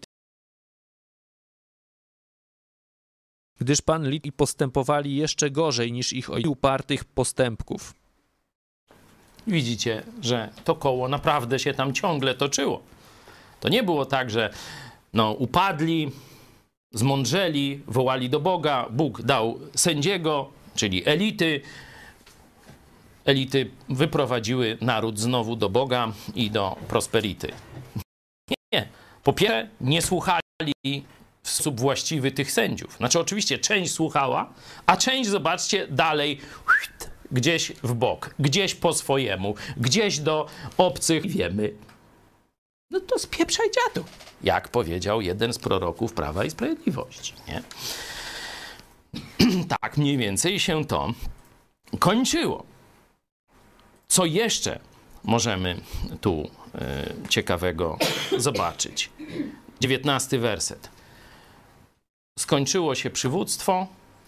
gdyż Pan i postępowali jeszcze gorzej niż ich upartych postępków. Widzicie, że to koło naprawdę się tam ciągle toczyło. To nie było tak, że upadli, zmądrzeli, wołali do Boga, Bóg dał sędziego, czyli elity. Elity wyprowadziły naród znowu do Boga i do prosperity. Nie. Po pierwsze, nie słuchali w sposób właściwy tych sędziów. Znaczy oczywiście część słuchała, a część, zobaczcie, dalej gdzieś w bok, gdzieś po swojemu, gdzieś do obcych. Wiemy, to spieprzaj dziadu, jak powiedział jeden z proroków Prawa i Sprawiedliwości. Nie? Tak mniej więcej się to kończyło. Co jeszcze możemy tu ciekawego zobaczyć? 19 werset. Skończyło się przywództwo.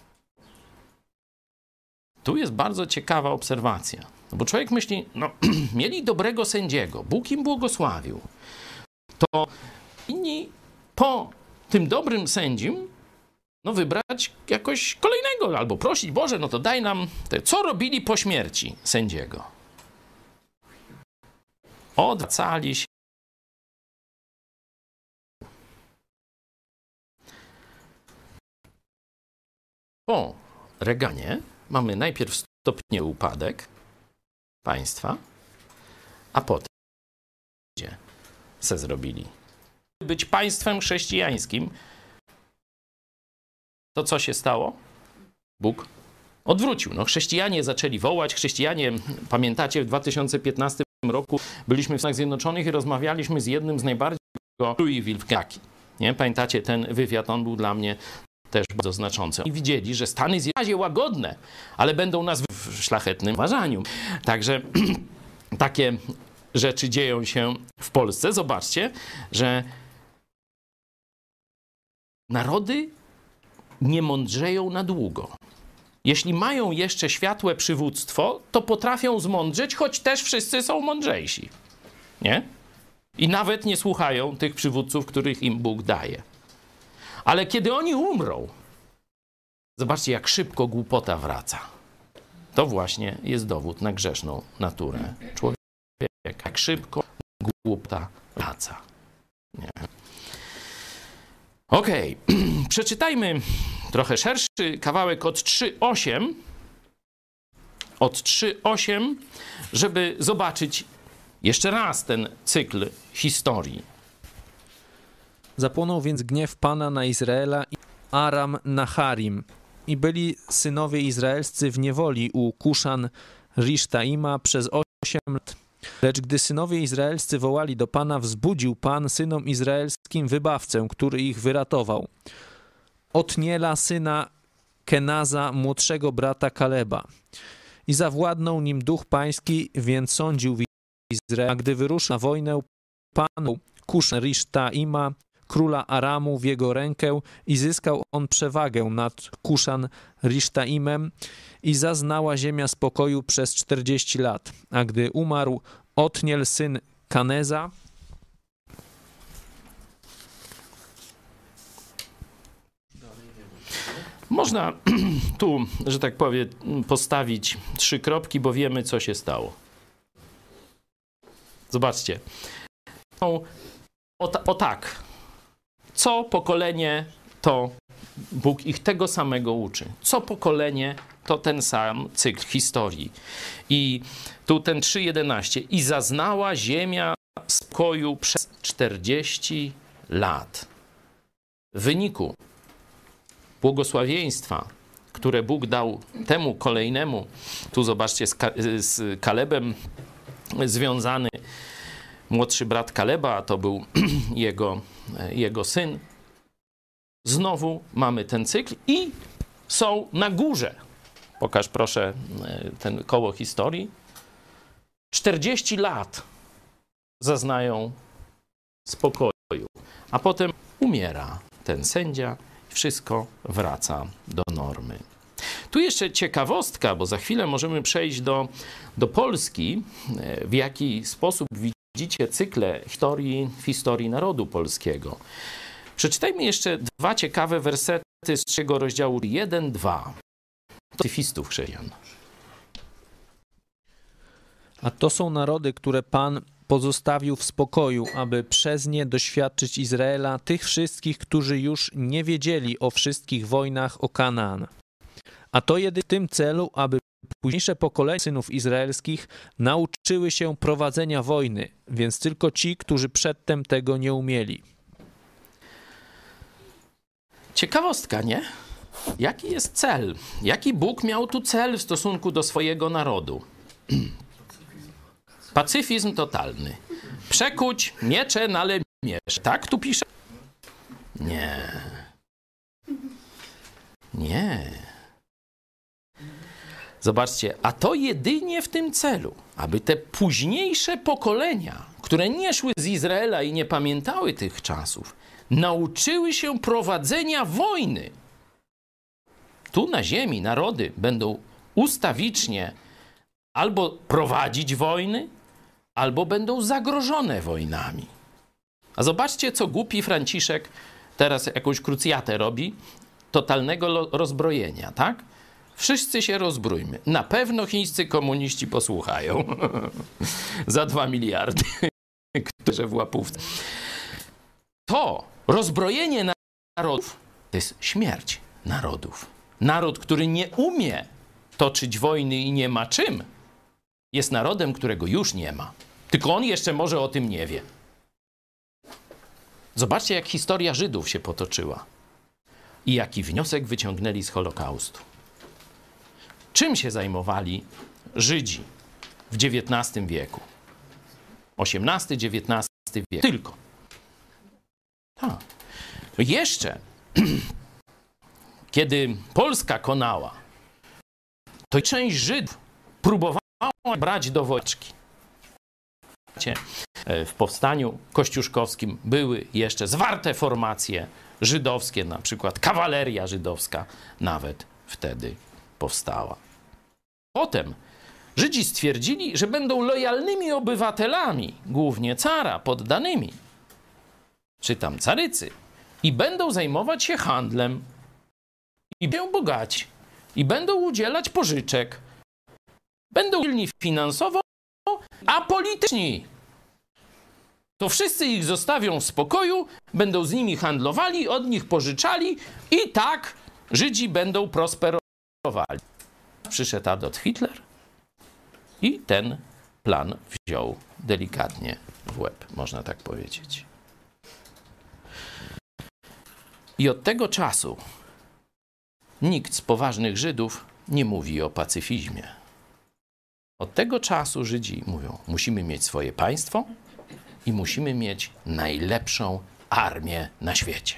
Tu jest bardzo ciekawa obserwacja. Bo człowiek myśli, mieli dobrego sędziego, Bóg im błogosławił. To inni po tym dobrym sędzim wybrać jakoś kolejnego, albo prosić, Boże, to daj nam co robili po śmierci sędziego. Odwracali się. Po Reganie mamy najpierw stopniowy upadek państwa, a potem se zrobili. Być państwem chrześcijańskim, to co się stało? Bóg odwrócił. Chrześcijanie zaczęli wołać. Chrześcijanie, pamiętacie, w 2015 roku byliśmy w Stanach Zjednoczonych i rozmawialiśmy z jednym z najbardziej Louis Wilkaki. Nie? Pamiętacie ten wywiad? On był dla mnie też bardzo znaczący. I widzieli, że Stany Zjednoczone łagodne, ale będą nas w szlachetnym uważaniu. Także takie rzeczy dzieją się w Polsce. Zobaczcie, że narody nie mądrzeją na długo. Jeśli mają jeszcze światłe przywództwo, to potrafią zmądrzeć, choć też wszyscy są mądrzejsi. Nie? I nawet nie słuchają tych przywódców, których im Bóg daje. Ale kiedy oni umrą, zobaczcie, jak szybko głupota wraca. To właśnie jest dowód na grzeszną naturę człowieka. Jak szybko głupota wraca. Nie? Okej, przeczytajmy trochę szerszy kawałek od 3:8. Od 3:8, żeby zobaczyć jeszcze raz ten cykl historii. Zapłonął więc gniew Pana na Izraela i Aram Naharim. I byli synowie izraelscy w niewoli u Kuszan Risztaima przez 8 lat. Lecz gdy synowie izraelscy wołali do Pana, wzbudził Pan synom izraelskim wybawcę, który ich wyratował. Otniela, syna Kenaza, młodszego brata Kaleba. I zawładnął nim duch pański, więc sądził w Izraelu. A gdy wyruszył na wojnę, Panu Kuszan-Risztaima, króla Aramu, w jego rękę i zyskał on przewagę nad Kuszan-Risztaimem i zaznała ziemia spokoju przez 40 lat. A gdy umarł Otniel, syn Kaneza, Można tu, że tak powiem, postawić 3 kropki, bo wiemy, co się stało. Zobaczcie. O tak. Co pokolenie, to Bóg ich tego samego uczy. Co pokolenie, to ten sam cykl historii. I tu ten 3:11. I zaznała ziemia spokoju przez 40 lat. W wyniku błogosławieństwa, które Bóg dał temu kolejnemu, tu zobaczcie z Kalebem związany młodszy brat Kaleba, a to był jego syn. Znowu mamy ten cykl i są na górze. Pokaż proszę ten koło historii. 40 lat zaznają spokoju, a potem umiera ten sędzia. Wszystko wraca do normy. Tu jeszcze ciekawostka, bo za chwilę możemy przejść do Polski. W jaki sposób widzicie cykle w historii narodu polskiego. Przeczytajmy jeszcze 2 ciekawe wersety z 3 rozdziału 1-2. Pacyfistów chrześcijan. a to są narody, które Pan pozostawił w spokoju, aby przez nie doświadczyć Izraela, tych wszystkich, którzy już nie wiedzieli o wszystkich wojnach o Kanaan. A to jedynie w tym celu, aby późniejsze pokolenia synów izraelskich nauczyły się prowadzenia wojny, więc tylko ci, którzy przedtem tego nie umieli. Ciekawostka, nie? Jaki jest cel? Jaki Bóg miał tu cel w stosunku do swojego narodu? Pacyfizm totalny. Przekuć miecze na lemierze. Tak tu pisze? Nie. Nie. Zobaczcie, a to jedynie w tym celu, aby te późniejsze pokolenia, które nie szły z Izraela i nie pamiętały tych czasów, nauczyły się prowadzenia wojny. Tu na ziemi narody będą ustawicznie albo prowadzić wojny, albo będą zagrożone wojnami. A zobaczcie, co głupi Franciszek teraz jakąś krucjatę robi, totalnego rozbrojenia, tak? Wszyscy się rozbrójmy. Na pewno chińscy komuniści posłuchają. Za 2 miliardy, które w łapówce. To rozbrojenie narodów to jest śmierć narodów. Naród, który nie umie toczyć wojny i nie ma czym, jest narodem, którego już nie ma. Tylko on jeszcze może o tym nie wie. Zobaczcie, jak historia Żydów się potoczyła i jaki wniosek wyciągnęli z Holokaustu. Czym się zajmowali Żydzi w XIX wieku? XVIII-XIX wiek. Tylko. Tak. Jeszcze, kiedy Polska konała, to część Żydów próbowała brać do wojski. W powstaniu kościuszkowskim były jeszcze zwarte formacje żydowskie, na przykład kawaleria żydowska nawet wtedy powstała. Potem Żydzi stwierdzili, że będą lojalnymi obywatelami, głównie cara, poddanymi, czy tam carycy, i będą zajmować się handlem, i będą bogaci, i będą udzielać pożyczek, będą silni finansowo, a polityczni. To wszyscy ich zostawią w spokoju, będą z nimi handlowali, od nich pożyczali i tak Żydzi będą prosperowali. Przyszedł Adolf Hitler i ten plan wziął delikatnie w łeb, można tak powiedzieć. I od tego czasu nikt z poważnych Żydów nie mówi o pacyfizmie. Od tego czasu Żydzi mówią, musimy mieć swoje państwo i musimy mieć najlepszą armię na świecie.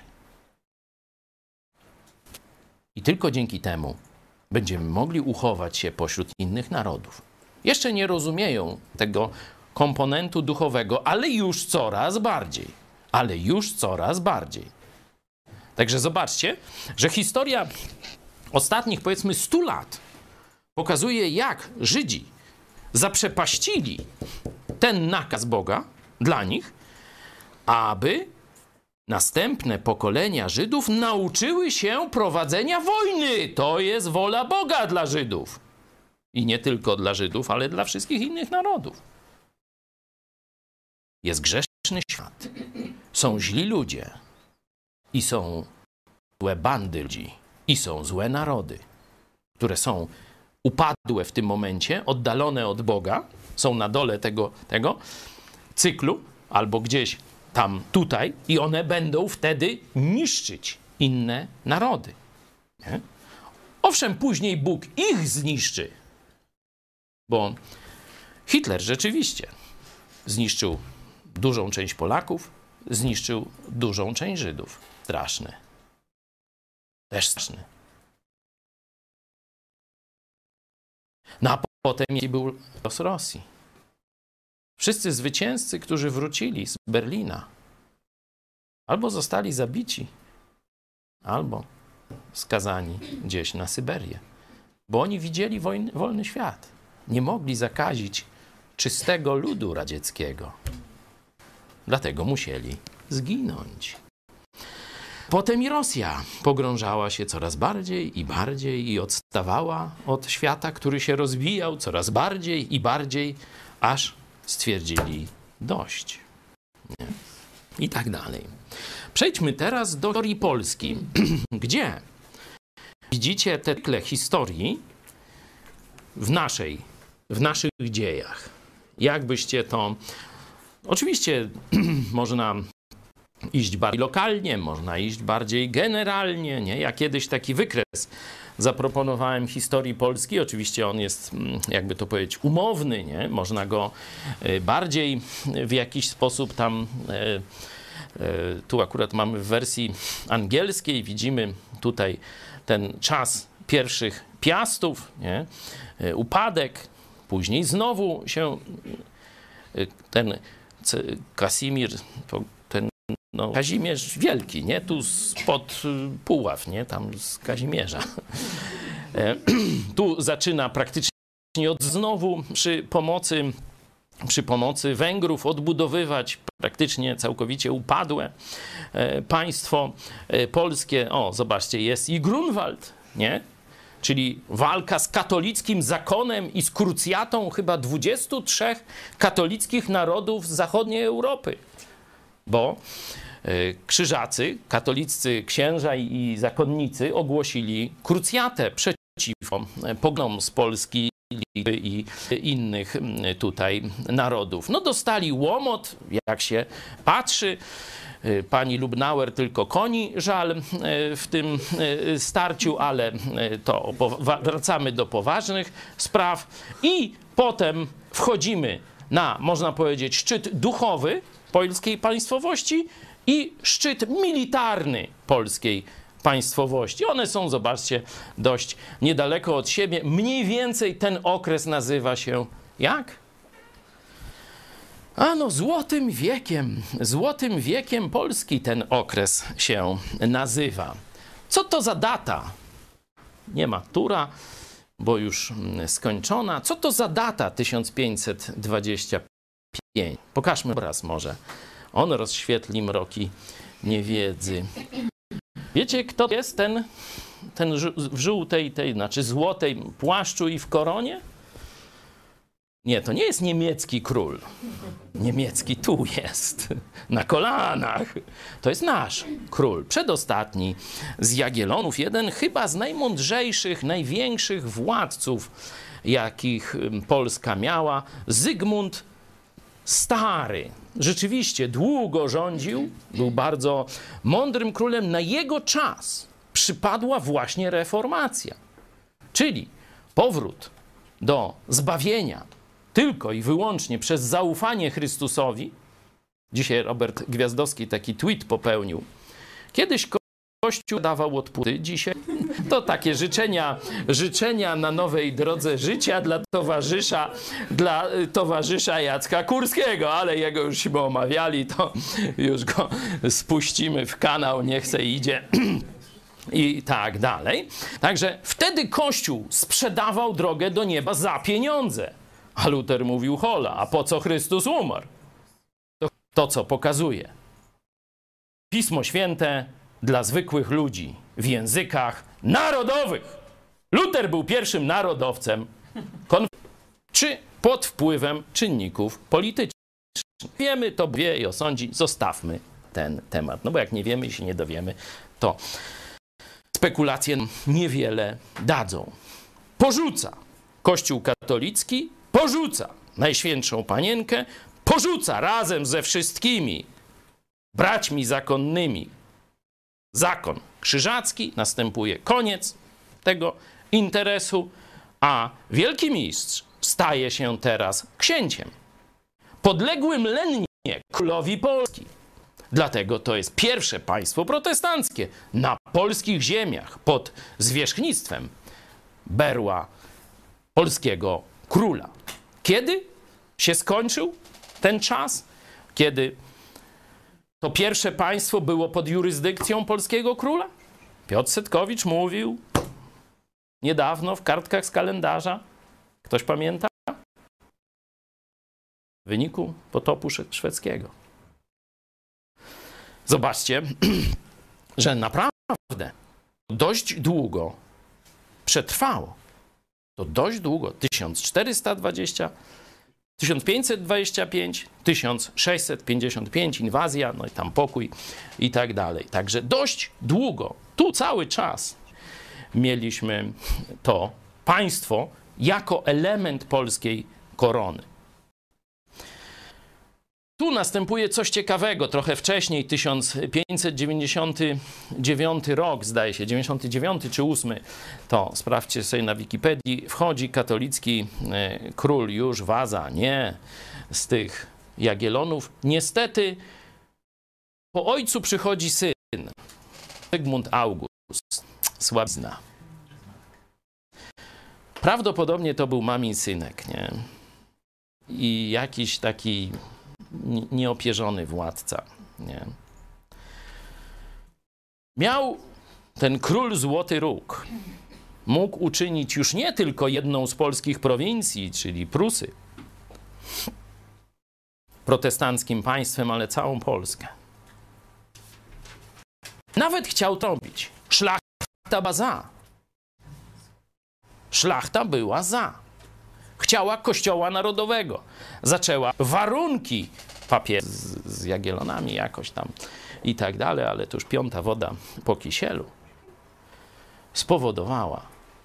I tylko dzięki temu będziemy mogli uchować się pośród innych narodów. Jeszcze nie rozumieją tego komponentu duchowego, ale już coraz bardziej. Ale już coraz bardziej. Także zobaczcie, że historia ostatnich, powiedzmy, 100 lat pokazuje, jak Żydzi zaprzepaścili ten nakaz Boga dla nich, aby następne pokolenia Żydów nauczyły się prowadzenia wojny. To jest wola Boga dla Żydów. I nie tylko dla Żydów, ale dla wszystkich innych narodów. Jest grzeszny świat. Są źli ludzie. I są złe bandy ludzi. I są złe narody, które są upadłe w tym momencie, oddalone od Boga, są na dole tego cyklu, albo gdzieś tam, tutaj, i one będą wtedy niszczyć inne narody. Nie? Owszem, później Bóg ich zniszczy, bo Hitler rzeczywiście zniszczył dużą część Polaków, zniszczył dużą część Żydów. Straszny. Też straszny. No a potem był los Rosji. Wszyscy zwycięzcy, którzy wrócili z Berlina, albo zostali zabici, albo skazani gdzieś na Syberię. Bo oni widzieli wolny świat. Nie mogli zakazić czystego ludu radzieckiego. Dlatego musieli zginąć. Potem i Rosja pogrążała się coraz bardziej i odstawała od świata, który się rozwijał coraz bardziej i bardziej, aż stwierdzili dość. Nie? I tak dalej. Przejdźmy teraz do historii Polski, gdzie widzicie te tle historii w naszych dziejach. Jakbyście to... Oczywiście można iść bardziej lokalnie, można iść bardziej generalnie, nie? Ja kiedyś taki wykres zaproponowałem historii Polski. Oczywiście on jest, jakby to powiedzieć, umowny, nie? Można go bardziej w jakiś sposób tam... Tu akurat mamy w wersji angielskiej, widzimy tutaj ten czas pierwszych Piastów, nie? Upadek, później znowu się ten Kasimir, Kazimierz Wielki, nie? Tu spod Puław, nie? Tam z Kazimierza. Tu zaczyna praktycznie od znowu przy pomocy Węgrów odbudowywać praktycznie całkowicie upadłe państwo polskie. O, zobaczcie, jest i Grunwald, nie? Czyli walka z katolickim zakonem i z krucjatą chyba 23 katolickich narodów z zachodniej Europy. Bo krzyżacy, katoliccy księża i zakonnicy ogłosili krucjatę przeciwko pogronom z Polski i innych tutaj narodów. No dostali łomot, jak się patrzy. Pani Lubnauer tylko koni żal w tym starciu, ale to wracamy do poważnych spraw. I potem wchodzimy na, można powiedzieć, szczyt duchowy polskiej państwowości i szczyt militarny polskiej państwowości. One są, zobaczcie, dość niedaleko od siebie. Mniej więcej ten okres nazywa się jak? No, złotym wiekiem Polski ten okres się nazywa. Co to za data? Nie ma tura, bo już skończona. Co to za data 1525? Pokażmy obraz może. On rozświetli mroki niewiedzy. Wiecie, kto jest ten w żółtej, znaczy złotej płaszczu i w koronie? Nie, to nie jest niemiecki król. Niemiecki tu jest, na kolanach. To jest nasz król, przedostatni z Jagiellonów. Jeden chyba z najmądrzejszych, największych władców, jakich Polska miała. Zygmunt Stary. Rzeczywiście długo rządził, był bardzo mądrym królem. Na jego czas przypadła właśnie reformacja, czyli powrót do zbawienia tylko i wyłącznie przez zaufanie Chrystusowi. Dzisiaj Robert Gwiazdowski taki tweet popełnił. Kiedyś Kościół dawał odputy, dzisiaj to takie życzenia na nowej drodze życia dla towarzysza Jacka Kurskiego, ale jego jużśmy omawiali, to już go spuścimy w kanał, niech se idzie i tak dalej. Także wtedy Kościół sprzedawał drogę do nieba za pieniądze, a Luter mówił hola, a po co Chrystus umarł? To co pokazuje Pismo Święte dla zwykłych ludzi w językach narodowych. Luter był pierwszym narodowcem, czy pod wpływem czynników politycznych. Wiemy, to wie i osądzi, zostawmy ten temat. No bo jak nie wiemy i się nie dowiemy, to spekulacje niewiele dadzą. Porzuca Kościół katolicki, porzuca Najświętszą Panienkę, porzuca razem ze wszystkimi braćmi zakonnymi zakon krzyżacki, następuje koniec tego interesu, a Wielki Mistrz staje się teraz księciem, podległym lennie królowi Polski. Dlatego to jest pierwsze państwo protestanckie na polskich ziemiach pod zwierzchnictwem berła polskiego króla. Kiedy się skończył ten czas? Kiedy to pierwsze państwo było pod jurysdykcją polskiego króla? Piotr Setkowicz mówił niedawno w kartkach z kalendarza. Ktoś pamięta? W wyniku potopu szwedzkiego. Zobaczcie, że naprawdę dość długo przetrwało. To dość długo. 1420, 1525, 1655 inwazja, no i tam pokój i tak dalej. Także dość długo, tu cały czas mieliśmy to państwo jako element polskiej korony. Tu następuje coś ciekawego, trochę wcześniej, 1599 rok, zdaje się, 99 czy 8, to sprawdźcie sobie na Wikipedii, wchodzi katolicki król już Waza, nie z tych Jagiellonów. Niestety po ojcu przychodzi syn, Zygmunt August, słabizna. Prawdopodobnie to był mamin synek, nie? I jakiś taki nieopierzony władca. Nie? Miał ten król Złoty Róg. Mógł uczynić już nie tylko jedną z polskich prowincji, czyli Prusy, protestanckim państwem, ale całą Polskę. Nawet chciał to robić. Szlachta była za. Szlachta była za. Chciała Kościoła Narodowego. Zaczęła warunki papieru z Jagiellonami jakoś tam i tak dalej, ale to już piąta woda po kisielu spowodowała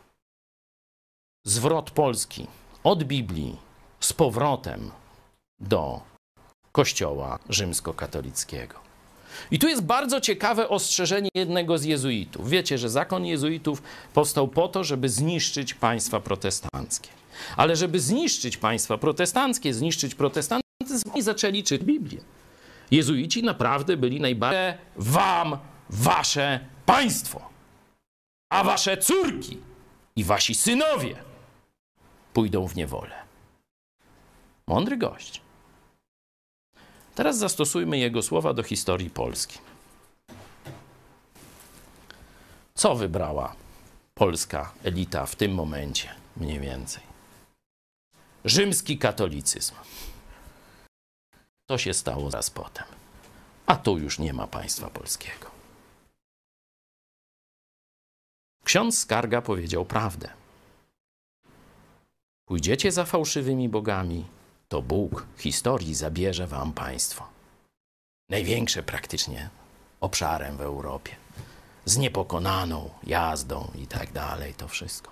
zwrot Polski od Biblii z powrotem do Kościoła rzymskokatolickiego. I tu jest bardzo ciekawe ostrzeżenie jednego z jezuitów. Wiecie, że zakon jezuitów powstał po to, żeby zniszczyć państwa protestanckie. Ale żeby zniszczyć państwa protestanckie, zniszczyć protestantyzm, oni zaczęli czytać Biblię. Jezuici naprawdę byli najbardziej wam wasze państwo, a wasze córki i wasi synowie pójdą w niewolę. Mądry gość. Teraz zastosujmy jego słowa do historii Polski. Co wybrała polska elita w tym momencie mniej więcej? Rzymski katolicyzm. To się stało zaraz potem. A tu już nie ma państwa polskiego. Ksiądz Skarga powiedział prawdę. Pójdziecie za fałszywymi bogami, to Bóg historii zabierze wam państwo. Największe praktycznie obszarem w Europie. Z niepokonaną jazdą i tak dalej, to wszystko.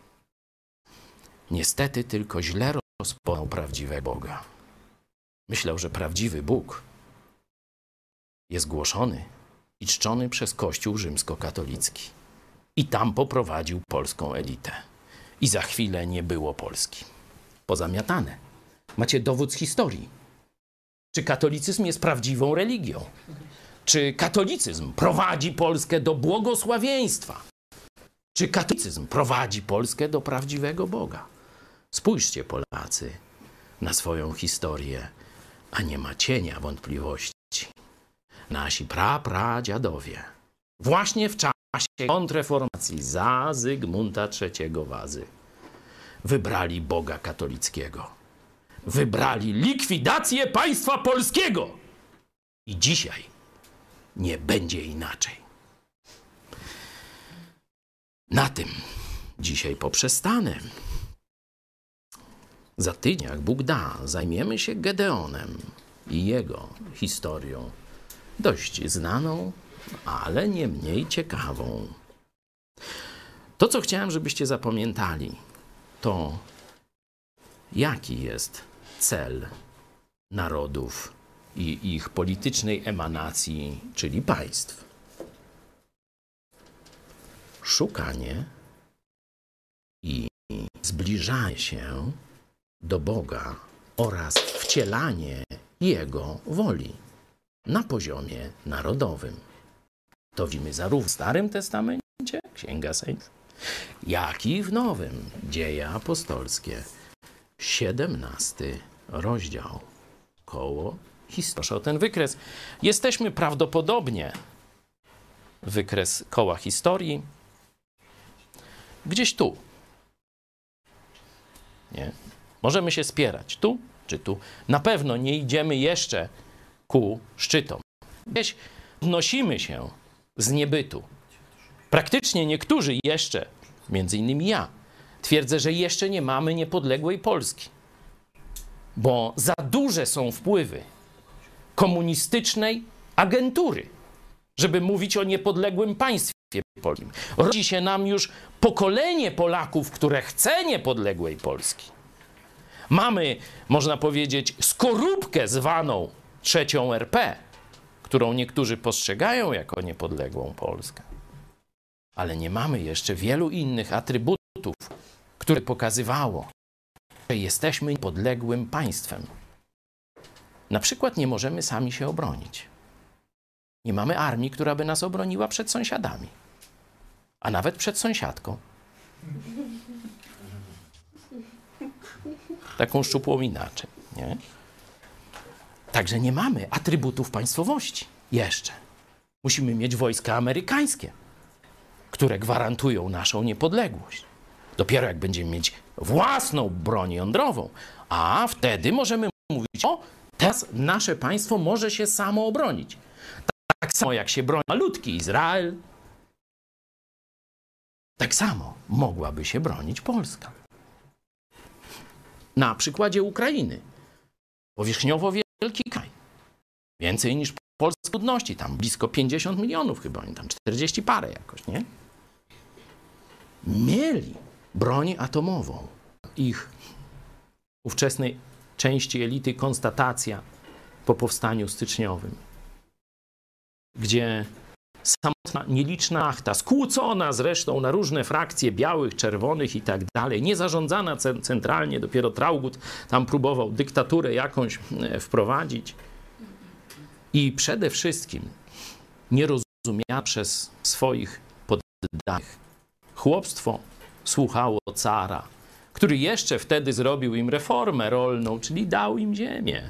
Niestety tylko źle rozpoznał prawdziwego Boga. Myślał, że prawdziwy Bóg jest głoszony i czczony przez Kościół rzymskokatolicki. I tam poprowadził polską elitę. i za chwilę nie było Polski. Pozamiatane. Macie dowód z historii. Czy katolicyzm jest prawdziwą religią? Czy katolicyzm prowadzi Polskę do błogosławieństwa? Czy katolicyzm prowadzi Polskę do prawdziwego Boga? Spójrzcie, Polacy, na swoją historię, a nie ma cienia wątpliwości. Nasi pradziadowie właśnie w czasie kontrreformacji za Zygmunta III Wazy wybrali Boga katolickiego. Wybrali likwidację państwa polskiego. I dzisiaj nie będzie inaczej. Na tym dzisiaj poprzestanę. Za tydzień, jak Bóg da, zajmiemy się Gedeonem i jego historią. Dość znaną, ale nie mniej ciekawą. To, co chciałem, żebyście zapamiętali, to jaki jest cel narodów i ich politycznej emanacji, czyli państw. Szukanie i zbliżanie się do Boga oraz wcielanie Jego woli na poziomie narodowym. To widzimy zarówno w Starym Testamencie, Księga Sędziów, jak i w Nowym, Dzieje Apostolskie, 17 rozdział, koło historii. Proszę o ten wykres. Jesteśmy prawdopodobnie, wykres koła historii, gdzieś tu. Nie? Możemy się spierać tu czy tu. Na pewno nie idziemy jeszcze ku szczytom. Gdzieś wnosimy się z niebytu. Praktycznie niektórzy jeszcze, między innymi ja, twierdzę, że jeszcze nie mamy niepodległej Polski. Bo za duże są wpływy komunistycznej agentury, żeby mówić o niepodległym państwie polskim. Rodzi się nam już pokolenie Polaków, które chce niepodległej Polski. Mamy, można powiedzieć, skorupkę zwaną trzecią RP, którą niektórzy postrzegają jako niepodległą Polskę. Ale nie mamy jeszcze wielu innych atrybutów, które pokazywało, że jesteśmy niepodległym państwem. Na przykład nie możemy sami się obronić. Nie mamy armii, która by nas obroniła przed sąsiadami, a nawet przed sąsiadką. Taką szczupłą inaczej, nie? Także nie mamy atrybutów państwowości jeszcze. Musimy mieć wojska amerykańskie, które gwarantują naszą niepodległość. Dopiero jak będziemy mieć własną broń jądrową, a wtedy możemy mówić, o, teraz nasze państwo może się samo obronić. Tak samo jak się broni malutki Izrael, tak samo mogłaby się bronić Polska. Na przykładzie Ukrainy. Powierzchniowo wielki kraj. Więcej niż Polska ludności. Tam blisko 50 milionów chyba. Oni tam 40 parę jakoś, nie? Mieli broń atomową. Ich ówczesnej części elity konstatacja po powstaniu styczniowym, gdzie samotna, nieliczna szlachta, skłócona zresztą na różne frakcje białych, czerwonych i tak dalej, niezarządzana centralnie, dopiero Traugott tam próbował dyktaturę jakąś wprowadzić i przede wszystkim nie rozumiała przez swoich poddanych. Chłopstwo słuchało cara, który jeszcze wtedy zrobił im reformę rolną, czyli dał im ziemię.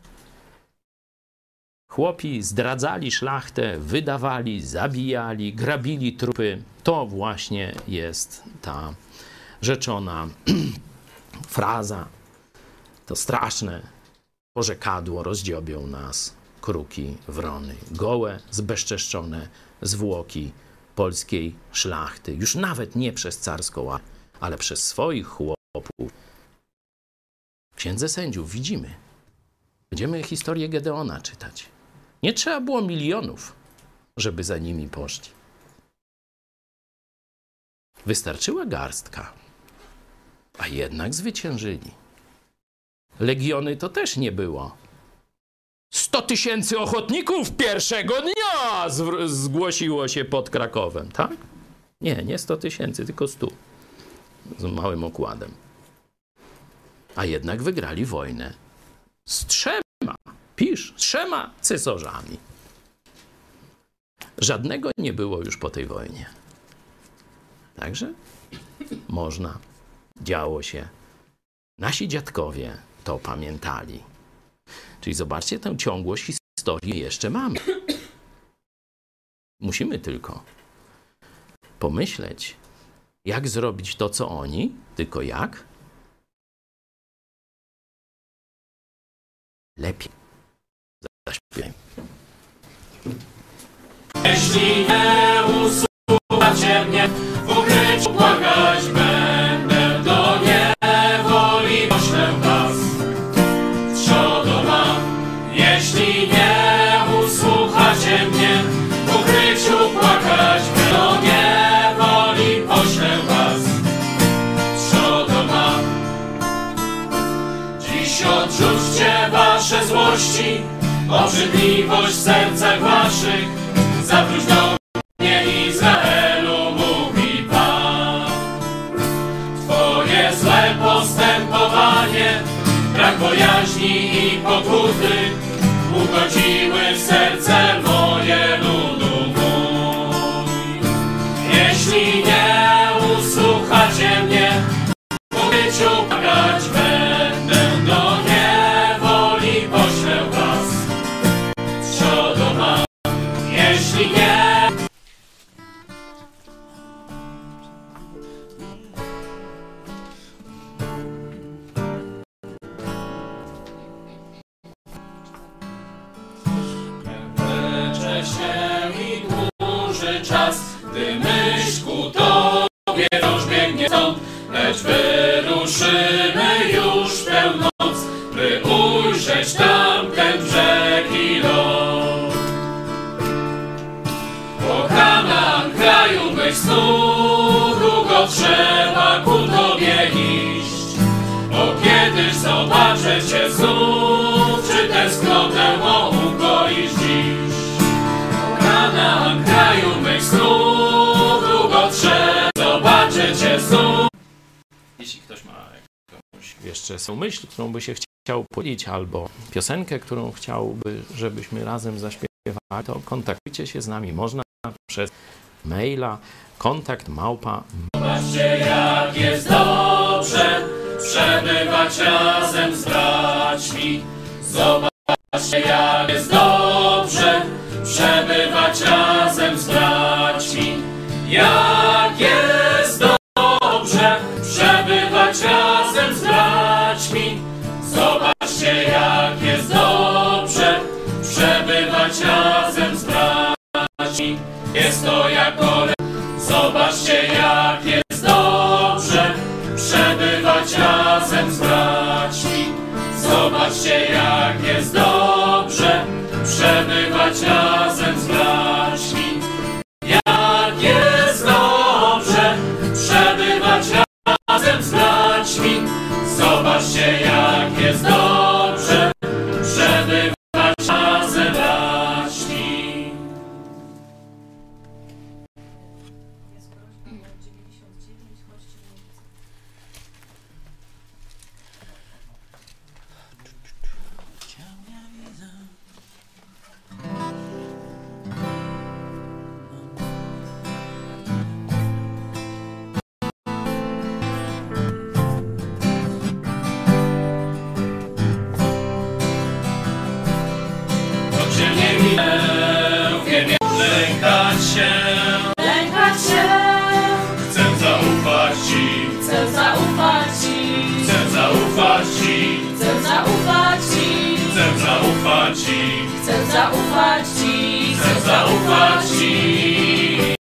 Chłopi zdradzali szlachtę, wydawali, zabijali, grabili trupy. To właśnie jest ta rzeczona fraza, to straszne porzekadło: rozdziobią nas kruki wrony. Gołe, zbezczeszczone zwłoki polskiej szlachty. Już nawet nie przez carską armię, ale przez swoich chłopów. W Księdze Sędziów widzimy. Będziemy historię Gedeona czytać. Nie trzeba było milionów, żeby za nimi poszli. Wystarczyła garstka, a jednak zwyciężyli. Legiony to też nie było. 100 000 ochotników pierwszego dnia zgłosiło się pod Krakowem, tak? Nie 100 000, tylko 100. z małym okładem. A jednak wygrali wojnę z 3 cesarzami. Żadnego nie było już po tej wojnie. Także można, działo się. Nasi dziadkowie to pamiętali. Czyli zobaczcie, tę ciągłość historii jeszcze mamy. Musimy tylko pomyśleć, jak zrobić to, co oni, tylko jak? Lepiej. Zaśpiewaj. Jeśli nie usłuchacie mnie, w ukryciu płakać będę, do niewoli poślę was. Trzodoma, jeśli nie usłuchacie mnie, w ukryciu płakać będę, do niewoli poślę was. Trzodoma, dziś odrzućcie wasze złości, obrzydliwość w sercach waszych. Zawróć do mnie, Izraelu, mówi Pan. Twoje złe postępowanie, brak bojaźni i pokuty ugodziły serce moje, ludu mój. Jeśli nie usłuchacie mnie, w ukryciu płakać będę, do niewoli poślę was. Trzodoma, jeśli nie. Wlecze się i dłuży czas, gdy myśl ku Tobie wciąż biegnie stąd, lecz wyruszymy już w tę noc, by ujrzeć tamten brzeg i ląd. O Kanaan, kraju mych snów, długo trzeba ku Tobie iść. O kiedyż zobaczę Cię znów, czy tęsknotę mą ukoisz dziś. O Kanaan, kraju mych snów, długo trzeba zobaczę Cię znów. Jeśli ktoś ma jakąś jeszcze swoją myśl, którą by się chciał podzielić, albo piosenkę, którą chciałby, żebyśmy razem zaśpiewali, to kontaktujcie się z nami. Można przez maila kontakt@. Zobaczcie, jak jest dobrze przebywać razem z braćmi. Zobaczcie, jak jest dobrze przebywać razem z braćmi. Jak jest dobrze przebywać razem z braćmi. Zobaczcie, jak jest dobrze przebywać razem z braćmi. Jest to jak ole. Zobaczcie, jak jest dobrze przebywać razem z braćmi. Zobaczcie, jak jest dobrze przebywać razem z braćmi. Jak jest dobrze przebywać razem z braćmi. Zobaczcie, jak jest dobrze przebywać razem z braćmi. Lękać się, chcę zaufać Ci, chcę zaufać Ci, chcę zaufać Ci, chcę zaufać Ci, chcę zaufać Ci, chcę zaufać Ci, chcę zaufać Ci.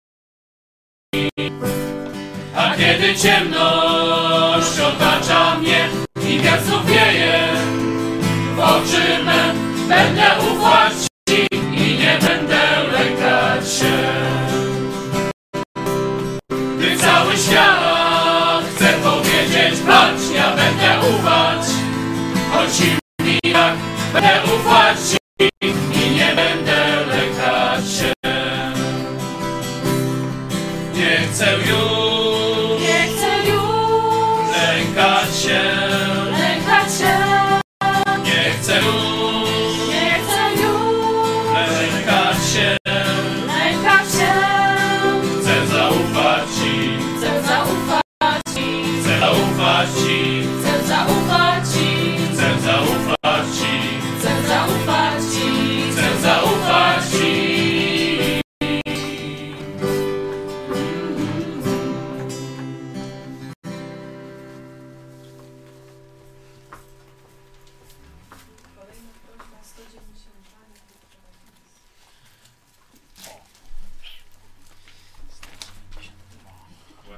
A kiedy ciemność otacza mnie i wiatr znów wieje, w oczy me będę ufać Ci i nie będę lękać się. Gdy cały świat chce powiedzieć patrz, ja będę ufać, choć mi jak będę ufać Ci i nie będę lękać się. Nie chcę już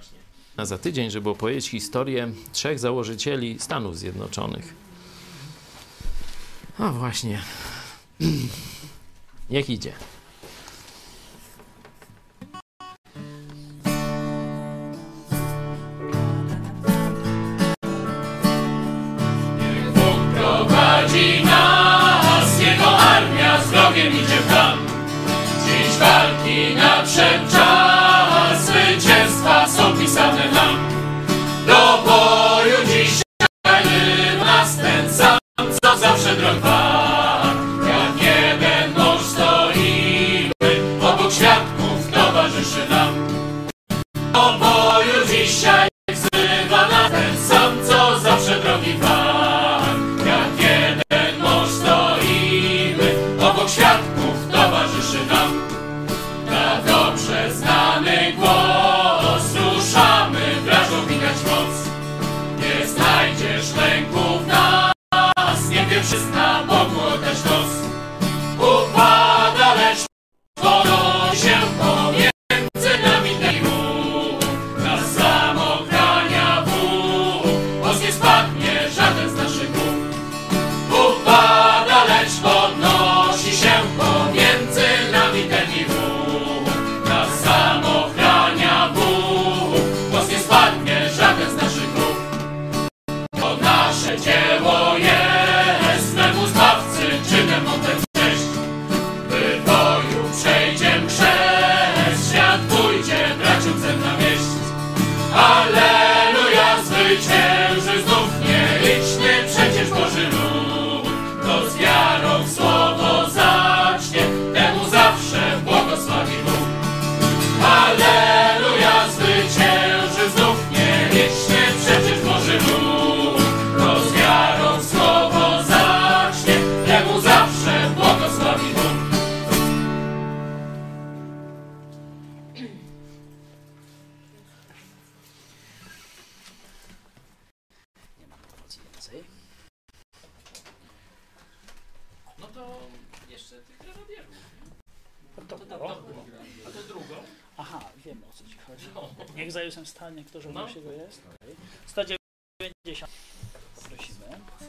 Na za tydzień, żeby opowiedzieć historię 3 założycieli Stanów Zjednoczonych. A właśnie. Niech idzie. Bóg prowadzi nas, Jego armia z wrogiem idzie w tam. Dziś walki nadszedł czas, zwycięstwa są pisane nam. Do boju dzisiaj nas ten sam, co zawsze drogi Pan. Jak jeden mąż stoimy, obok świadków towarzyszy nam. Do boju dzisiaj wzywa nas ten sam, co zawsze drogi Pan. Jak jeden mąż stoimy, obok świadków towarzyszy nam. Na dobrze znany głos ruszamy, wrażą widać moc. Nie znajdziesz lęku w nas, nie pierwszy zna Bogu oddać los. Upada, lecz podnosi się pomiędzy nami ten mur. Nas samochrania Bóg, boz nie spadnie żaden z naszych głów. Upada, lecz podnosi się pomiędzy nami ten mur. Nas samochrania Bóg, boz nie spadnie żaden z naszych głów. To nasze dzieło jest, memu Zbawcy czynem oddać cześć. By w boju przejdziem chrzest, świat pójdzie braciom sen na wieść. Alleluja, zwycięży znów nieliczny przecież Boży lud. Kto z wiarą w słowo zacznie, temu zawsze błogosławi Bóg. Alleluja, zwycięży znów nieliczny przecież Boży lud. Kto z wiarą w słowo zacznie, temu zawsze błogosławi Bóg. Nie ma pomocy więcej. No to jeszcze tych grenadierów. To A to drugą? Aha, wiemy o co ci chodzi. Niech za Jezusem stanie, kto żołnierz No. jego jest. Okay. 190. Poprosimy.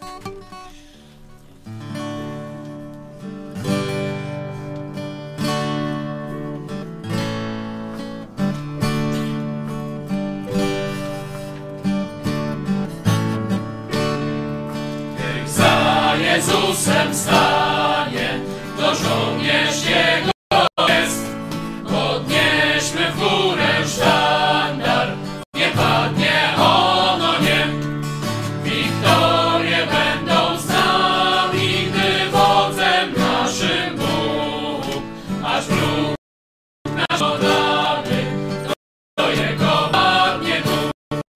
Niech za Jezusem stanie, to żołnierz Jego jest. Podnieśmy w górę sztandar, nie padnie ono, nie. Wiktorie będą z nami, gdy wodzem naszym Bóg. Aż wróg nasz oddany, do Jego padnie duch.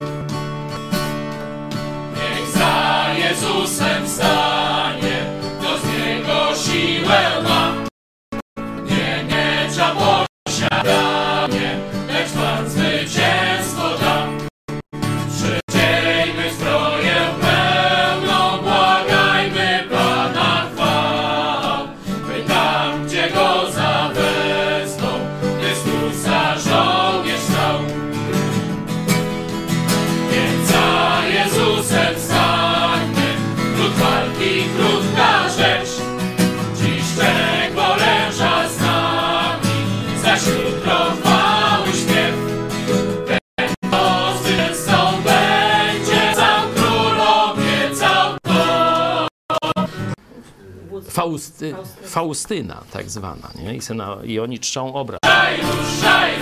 Niech za Jezusem stanie, kto z Niego siłę ma. Nie miecza posiadanie, lecz Pan zwycięstwo da. Przydziejmy zbroję pełną, błagajmy Pana chwał, by tam, gdzie Go zawezmą, Chrystusa żołnierz stał. Więc za Jezusem stańmy, trud walki krótka rzecz. Dziś czek oręża z nami, zaś jutro chwały śpiew. Ten, kto zwycięzcą będzie, cał król obiecał to. Faustyna tak zwana, nie? I oni czczą obraz. Ruszaj, ruszaj,